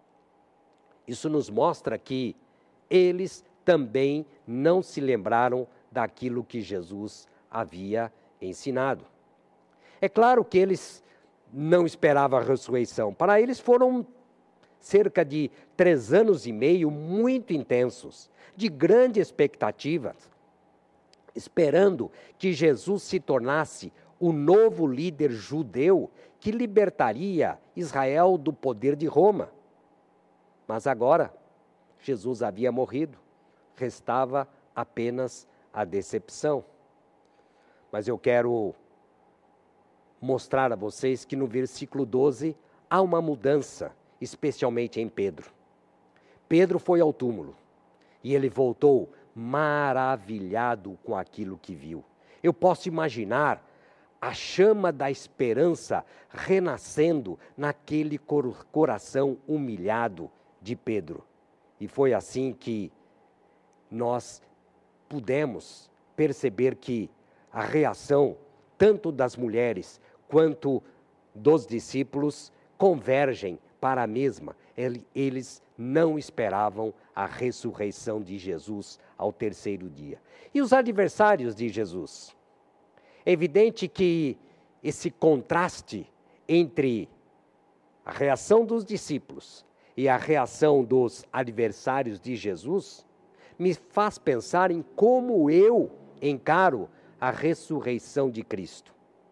Isso nos mostra que eles também não se lembraram daquilo que Jesus havia ensinado. É claro que eles não esperavam a ressurreição. Para eles foram cerca de três anos e meio muito intensos, de grande expectativa, esperando que Jesus se tornasse o novo líder judeu que libertaria Israel do poder de Roma. Mas agora, Jesus havia morrido, restava apenas a decepção. Mas eu quero mostrar a vocês que no versículo doze há uma mudança, especialmente em Pedro. Pedro foi ao túmulo e ele voltou maravilhado com aquilo que viu. Eu posso imaginar a chama da esperança renascendo naquele cor- coração humilhado de Pedro. E foi assim que nós pudemos perceber que a reação tanto das mulheres quanto dos discípulos convergem para a mesma. Eles não esperavam a ressurreição de Jesus ao terceiro dia. E os adversários de Jesus? É evidente que esse contraste entre a reação dos discípulos e a reação dos adversários de Jesus me faz pensar em como eu encaro a ressurreição de Cristo.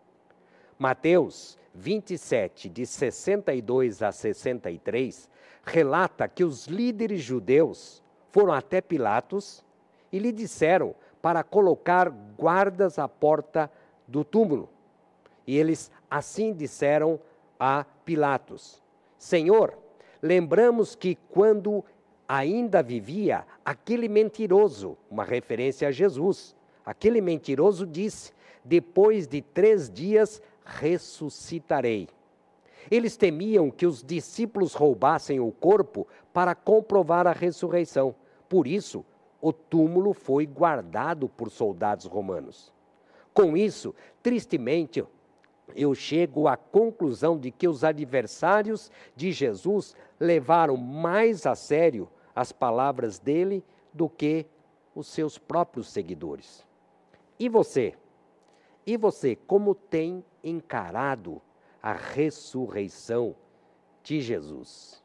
Mateus vinte e sete, de sessenta e dois a sessenta e três, relata que os líderes judeus foram até Pilatos e lhe disseram para colocar guardas à porta do túmulo. E eles assim disseram a Pilatos: Senhor, lembramos que quando ainda vivia aquele mentiroso, uma referência a Jesus, aquele mentiroso disse: depois de três dias ressuscitarei. Eles temiam que os discípulos roubassem o corpo para comprovar a ressurreição. Por isso, o túmulo foi guardado por soldados romanos. Com isso, tristemente, eu chego à conclusão de que os adversários de Jesus levaram mais a sério as palavras dele do que os seus próprios seguidores. E você? E você, como tem encarado a ressurreição de Jesus?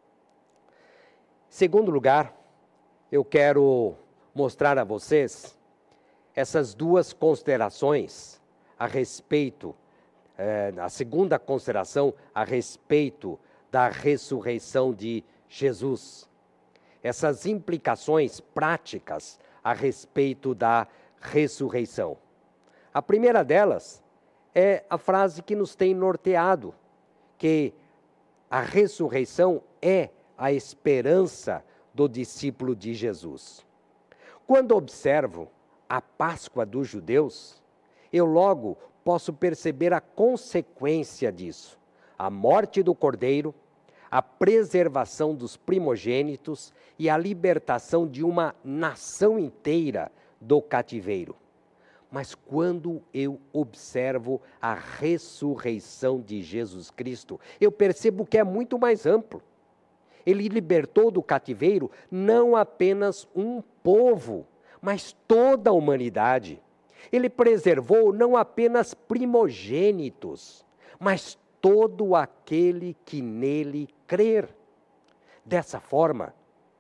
Segundo lugar, eu quero mostrar a vocês essas duas considerações a respeito, eh, a segunda consideração a respeito da ressurreição de Jesus. Essas implicações práticas a respeito da ressurreição. A primeira delas é a frase que nos tem norteado, que a ressurreição é a esperança do discípulo de Jesus. Quando observo a Páscoa dos judeus, eu logo posso perceber a consequência disso: a morte do Cordeiro, a preservação dos primogênitos e a libertação de uma nação inteira do cativeiro. Mas quando eu observo a ressurreição de Jesus Cristo, eu percebo que é muito mais amplo. Ele libertou do cativeiro não apenas um povo, mas toda a humanidade. Ele preservou não apenas primogênitos, mas todo aquele que nele crer. Dessa forma,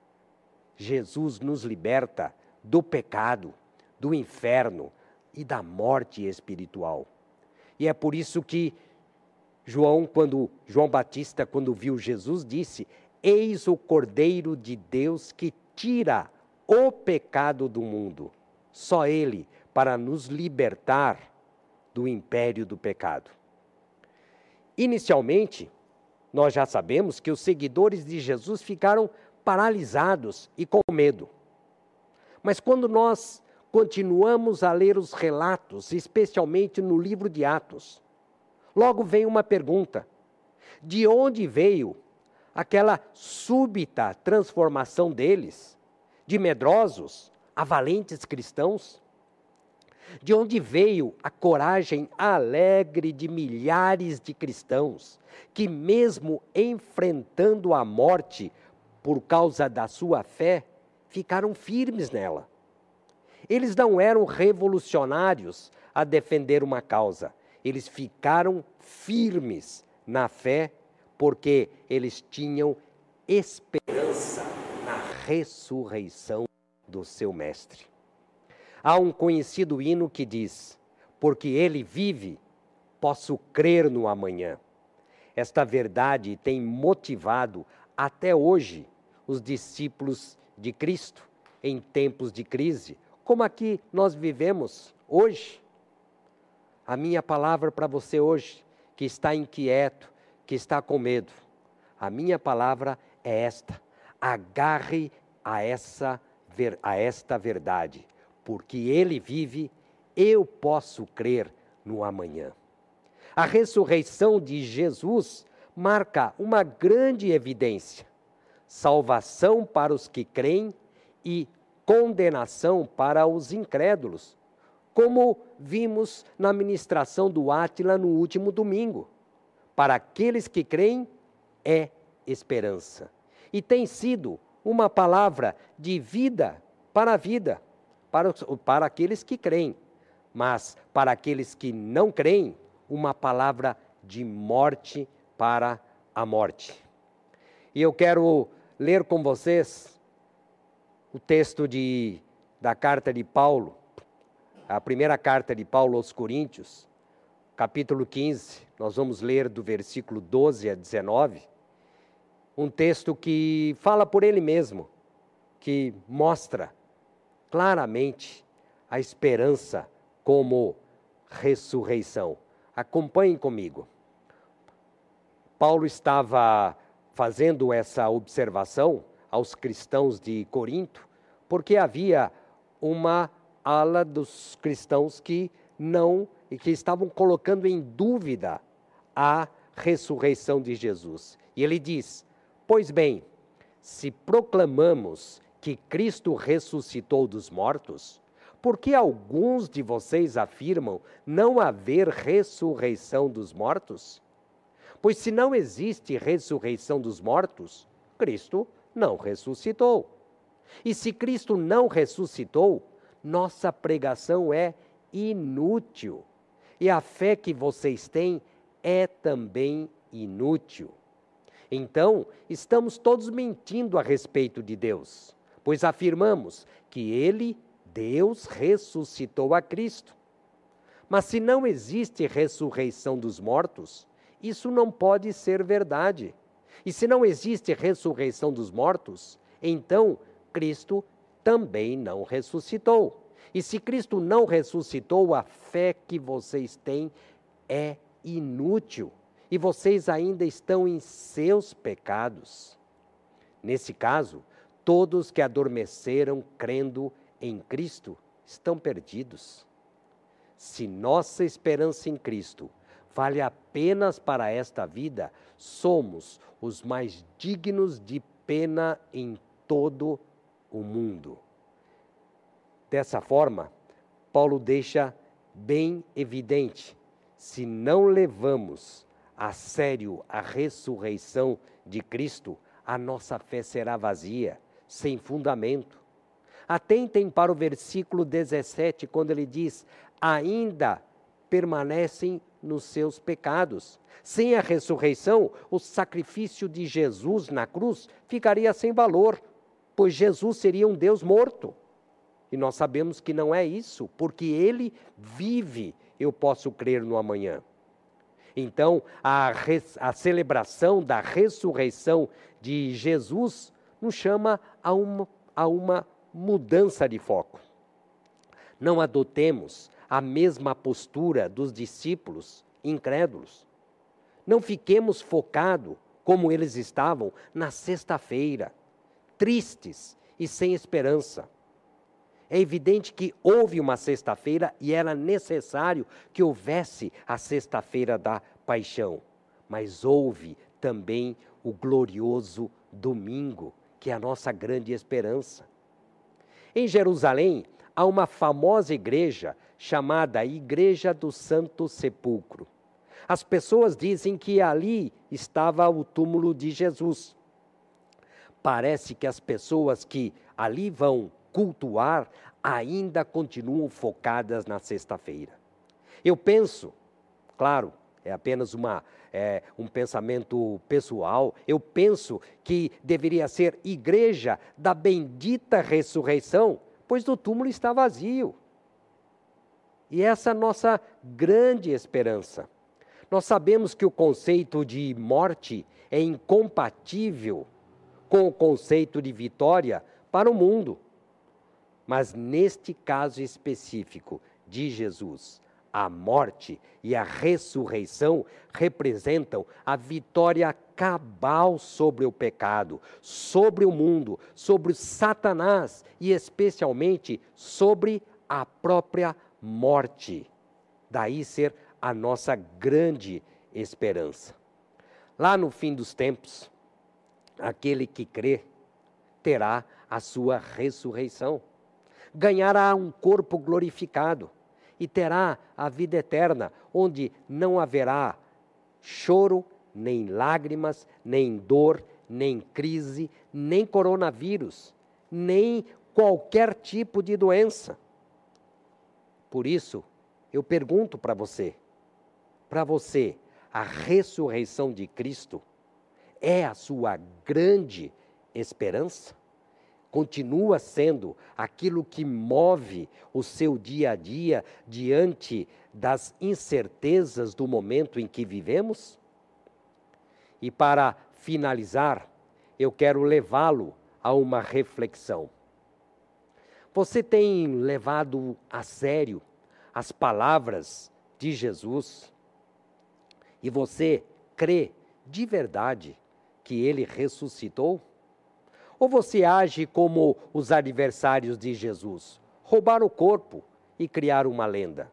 Jesus nos liberta do pecado, do inferno e da morte espiritual. E é por isso que João, quando João Batista, quando viu Jesus, disse: eis o Cordeiro de Deus que tira o pecado do mundo. Só ele para nos libertar do império do pecado. Inicialmente, nós já sabemos que os seguidores de Jesus ficaram paralisados e com medo. Mas quando nós continuamos a ler os relatos, especialmente no livro de Atos, logo vem uma pergunta: de onde veio aquela súbita transformação deles, de medrosos a valentes cristãos? De onde veio a coragem alegre de milhares de cristãos que, mesmo enfrentando a morte por causa da sua fé, ficaram firmes nela? Eles não eram revolucionários a defender uma causa. Eles ficaram firmes na fé porque eles tinham esperança na ressurreição do seu mestre. Há um conhecido hino que diz: porque ele vive, posso crer no amanhã. Esta verdade tem motivado até hoje os discípulos de Cristo em tempos de crise, como aqui nós vivemos hoje. A minha palavra para você hoje, que está inquieto, que está com medo, a minha palavra é esta: agarre a, essa, a esta verdade. Porque ele vive, eu posso crer no amanhã. A ressurreição de Jesus marca uma grande evidência: salvação para os que creem e condenação para os incrédulos, como vimos na ministração do Átila no último domingo. Para aqueles que creem, é esperança. E tem sido uma palavra de vida para a vida. Para, para aqueles que creem, mas para aqueles que não creem, uma palavra de morte para a morte. E eu quero ler com vocês o texto de, da carta de Paulo, a primeira carta de Paulo aos Coríntios, capítulo quinze, nós vamos ler do versículo doze a dezenove, um texto que fala por ele mesmo, que mostra claramente a esperança como ressurreição. Acompanhem comigo. Paulo estava fazendo essa observação aos cristãos de Corinto, porque havia uma ala dos cristãos que não, e que estavam colocando em dúvida a ressurreição de Jesus. E ele diz: pois bem, se proclamamos que Cristo ressuscitou dos mortos, por que alguns de vocês afirmam não haver ressurreição dos mortos? Pois se não existe ressurreição dos mortos, Cristo não ressuscitou. E se Cristo não ressuscitou, nossa pregação é inútil, e a fé que vocês têm é também inútil. Então, estamos todos mentindo a respeito de Deus, pois afirmamos que Ele, Deus, ressuscitou a Cristo. Mas se não existe ressurreição dos mortos, isso não pode ser verdade. E se não existe ressurreição dos mortos, então Cristo também não ressuscitou. E se Cristo não ressuscitou, a fé que vocês têm é inútil, e vocês ainda estão em seus pecados. Nesse caso, todos que adormeceram crendo em Cristo estão perdidos. Se nossa esperança em Cristo vale apenas para esta vida, somos os mais dignos de pena em todo o mundo. Dessa forma, Paulo deixa bem evidente: se não levamos a sério a ressurreição de Cristo, a nossa fé será vazia, sem fundamento. Atentem para o versículo dezessete, quando ele diz: ainda permanecem nos seus pecados. Sem a ressurreição, o sacrifício de Jesus na cruz ficaria sem valor, pois Jesus seria um Deus morto. E nós sabemos que não é isso, porque Ele vive, eu posso crer no amanhã. Então, a, res, a celebração da ressurreição de Jesus nos chama a uma, a uma mudança de foco. Não adotemos a mesma postura dos discípulos incrédulos. Não fiquemos focados, como eles estavam, na sexta-feira, tristes e sem esperança. É evidente que houve uma sexta-feira e era necessário que houvesse a sexta-feira da paixão. Mas houve também o glorioso domingo, que é a nossa grande esperança. Em Jerusalém, há uma famosa igreja chamada Igreja do Santo Sepulcro. As pessoas dizem que ali estava o túmulo de Jesus. Parece que as pessoas que ali vão cultuar ainda continuam focadas na sexta-feira. Eu penso, claro, é apenas uma, é, um pensamento pessoal, eu penso que deveria ser Igreja da Bendita Ressurreição, pois o túmulo está vazio. E essa é a nossa grande esperança. Nós sabemos que o conceito de morte é incompatível com o conceito de vitória para o mundo. Mas neste caso específico de Jesus, a morte e a ressurreição representam a vitória cabal sobre o pecado, sobre o mundo, sobre Satanás e especialmente sobre a própria morte. Daí ser a nossa grande esperança. Lá no fim dos tempos, aquele que crê terá a sua ressurreição, ganhará um corpo glorificado e terá a vida eterna, onde não haverá choro, nem lágrimas, nem dor, nem crise, nem coronavírus, nem qualquer tipo de doença. Por isso, eu pergunto para você, para você, a ressurreição de Cristo é a sua grande esperança? Continua sendo aquilo que move o seu dia a dia diante das incertezas do momento em que vivemos? E para finalizar, eu quero levá-lo a uma reflexão. Você tem levado a sério as palavras de Jesus? E você crê de verdade que ele ressuscitou? Ou você age como os adversários de Jesus, roubar o corpo e criar uma lenda?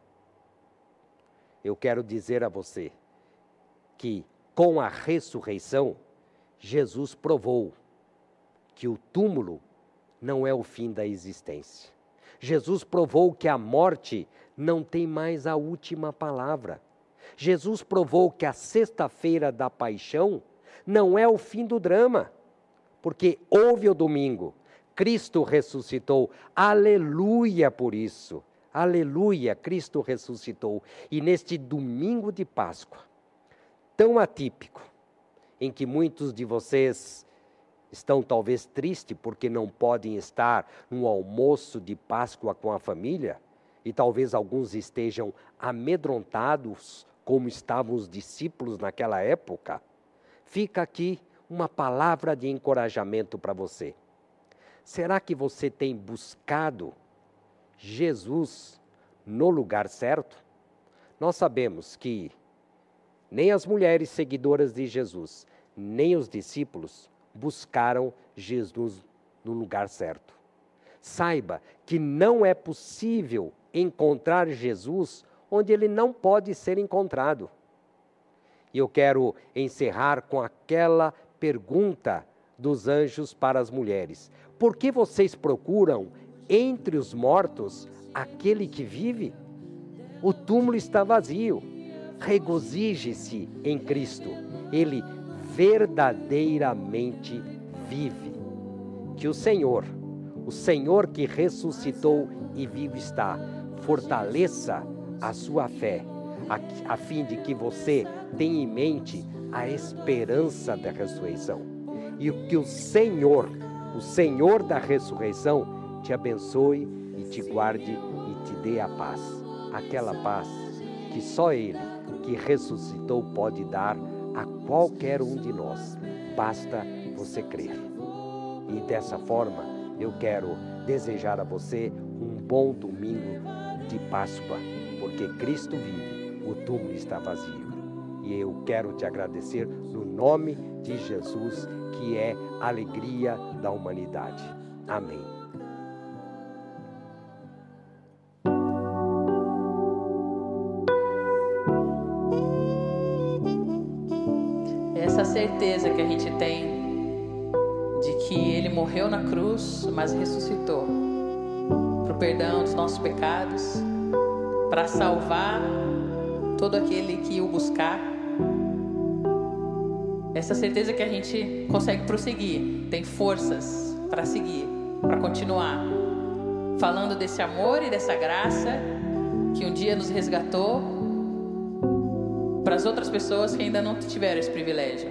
Eu quero dizer a você que com a ressurreição, Jesus provou que o túmulo não é o fim da existência. Jesus provou que a morte não tem mais a última palavra. Jesus provou que a sexta-feira da paixão não é o fim do drama, porque houve o domingo, Cristo ressuscitou, aleluia por isso, aleluia, Cristo ressuscitou. E neste domingo de Páscoa, tão atípico, em que muitos de vocês estão talvez tristes porque não podem estar no almoço de Páscoa com a família, e talvez alguns estejam amedrontados como estavam os discípulos naquela época, fica aqui uma palavra de encorajamento para você. Será que você tem buscado Jesus no lugar certo? Nós sabemos que nem as mulheres seguidoras de Jesus, nem os discípulos buscaram Jesus no lugar certo. Saiba que não é possível encontrar Jesus onde ele não pode ser encontrado. E eu quero encerrar com aquela pergunta dos anjos para as mulheres: por que vocês procuram entre os mortos aquele que vive? O túmulo está vazio. Regozije-se em Cristo. Ele verdadeiramente vive. Que o Senhor, o Senhor que ressuscitou e vivo está, fortaleça a sua fé, a, a fim de que você tenha em mente a esperança da ressurreição. E que o Senhor, o Senhor da ressurreição, te abençoe e te guarde e te dê a paz. Aquela paz que só Ele, que ressuscitou, pode dar a qualquer um de nós. Basta você crer. E dessa forma, eu quero desejar a você um bom domingo de Páscoa, porque Cristo vive, o túmulo está vazio. E eu quero te agradecer no nome de Jesus, que é a alegria da humanidade. Amém. Essa certeza que a gente tem de que Ele morreu na cruz, mas ressuscitou para o perdão dos nossos pecados, para salvar todo aquele que o buscar. Essa certeza que a gente consegue prosseguir, tem forças para seguir, para continuar falando desse amor e dessa graça que um dia nos resgatou para as outras pessoas que ainda não tiveram esse privilégio.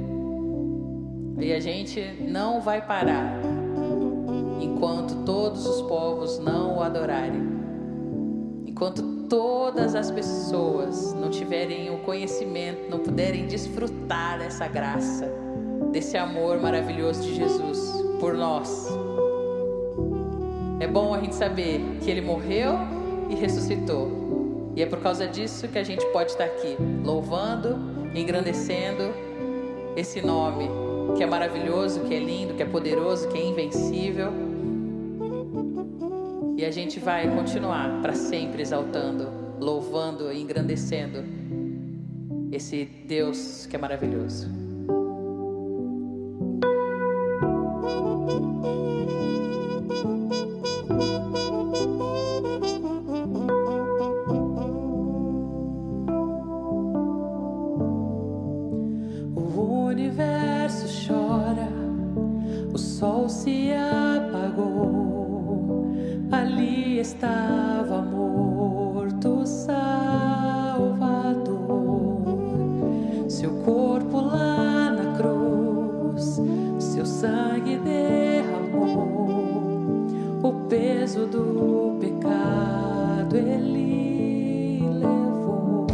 E a gente não vai parar enquanto todos os povos não o adorarem, enquanto todas as pessoas não tiverem o conhecimento, não puderem desfrutar dessa graça, desse amor maravilhoso de Jesus por nós. É bom a gente saber que Ele morreu e ressuscitou. E é por causa disso que a gente pode estar aqui, louvando, engrandecendo esse nome que é maravilhoso, que é lindo, que é poderoso, que é invencível. E a gente vai continuar para sempre exaltando, louvando e engrandecendo esse Deus que é maravilhoso. O universo chora, o sol se apagou, ali estava morto o Salvador, seu corpo lá na cruz, seu sangue derramou, o peso do pecado ele levou.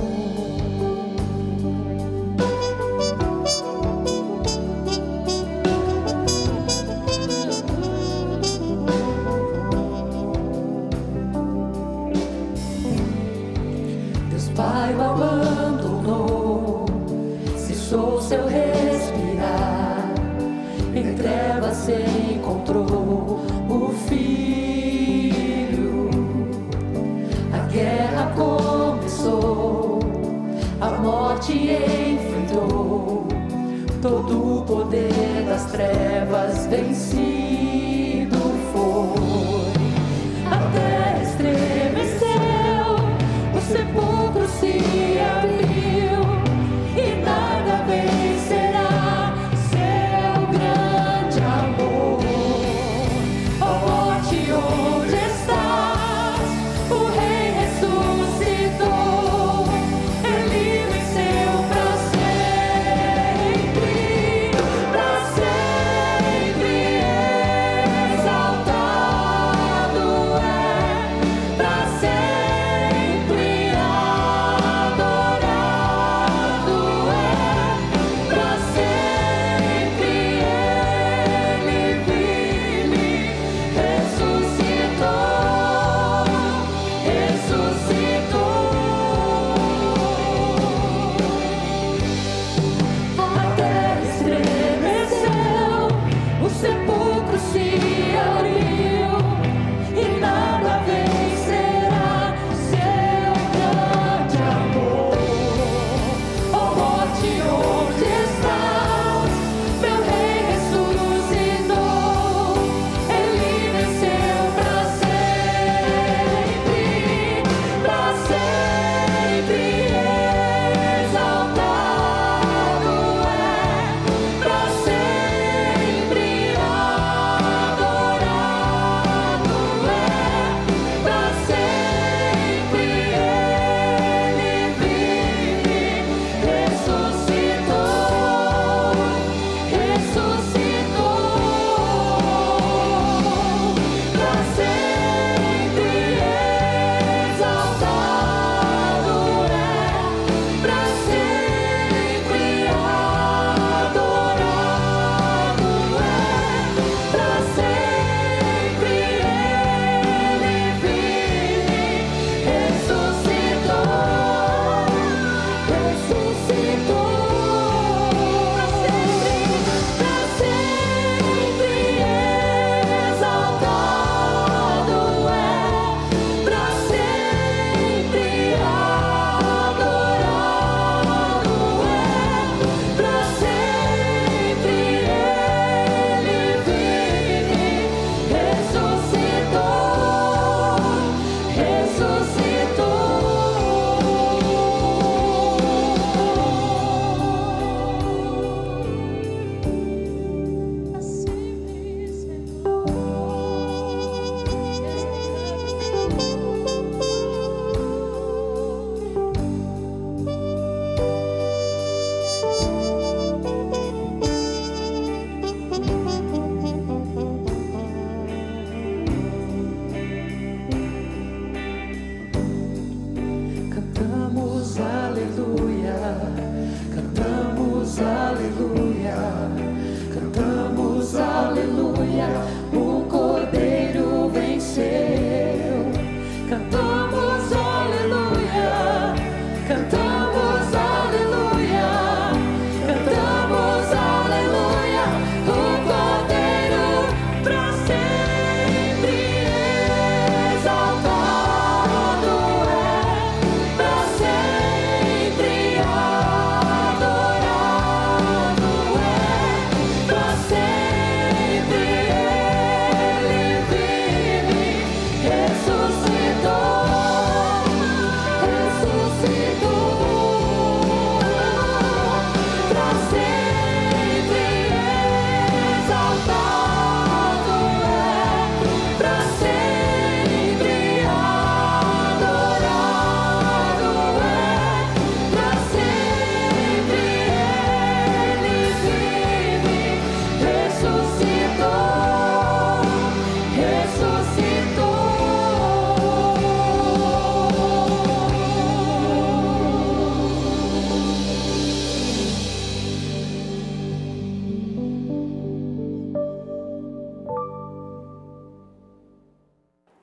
Pai o abandonou, cessou seu respirar, em trevas se encontrou o Filho. A guerra começou, a morte enfrentou, todo o poder das trevas vencido foi. A terra estremeceu, o sepulcro se abriu e nada vencerá seu grande amor. Ó morte, onde estás? O Rei ressuscitou, Ele venceu pra sempre, pra sempre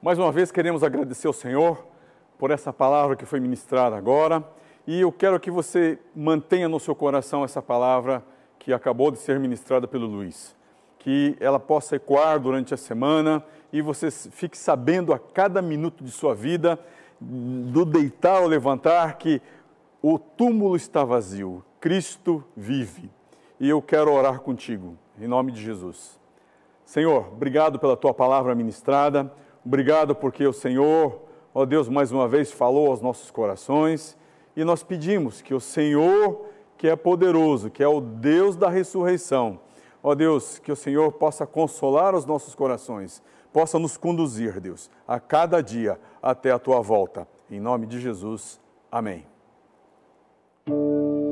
Mais uma vez queremos agradecer ao Senhor por essa palavra que foi ministrada agora, e eu quero que você mantenha no seu coração essa palavra que acabou de ser ministrada pelo Luiz, que ela possa ecoar durante a semana e você fique sabendo a cada minuto de sua vida, do deitar ou levantar, que o túmulo está vazio, Cristo vive. E eu quero orar contigo, em nome de Jesus. Senhor, obrigado pela tua palavra ministrada, obrigado porque o Senhor, ó Deus, mais uma vez falou aos nossos corações, e nós pedimos que o Senhor, que é poderoso, que é o Deus da ressurreição, ó Deus, que o Senhor possa consolar os nossos corações, possa nos conduzir, Deus, a cada dia até a tua volta. Em nome de Jesus, amém.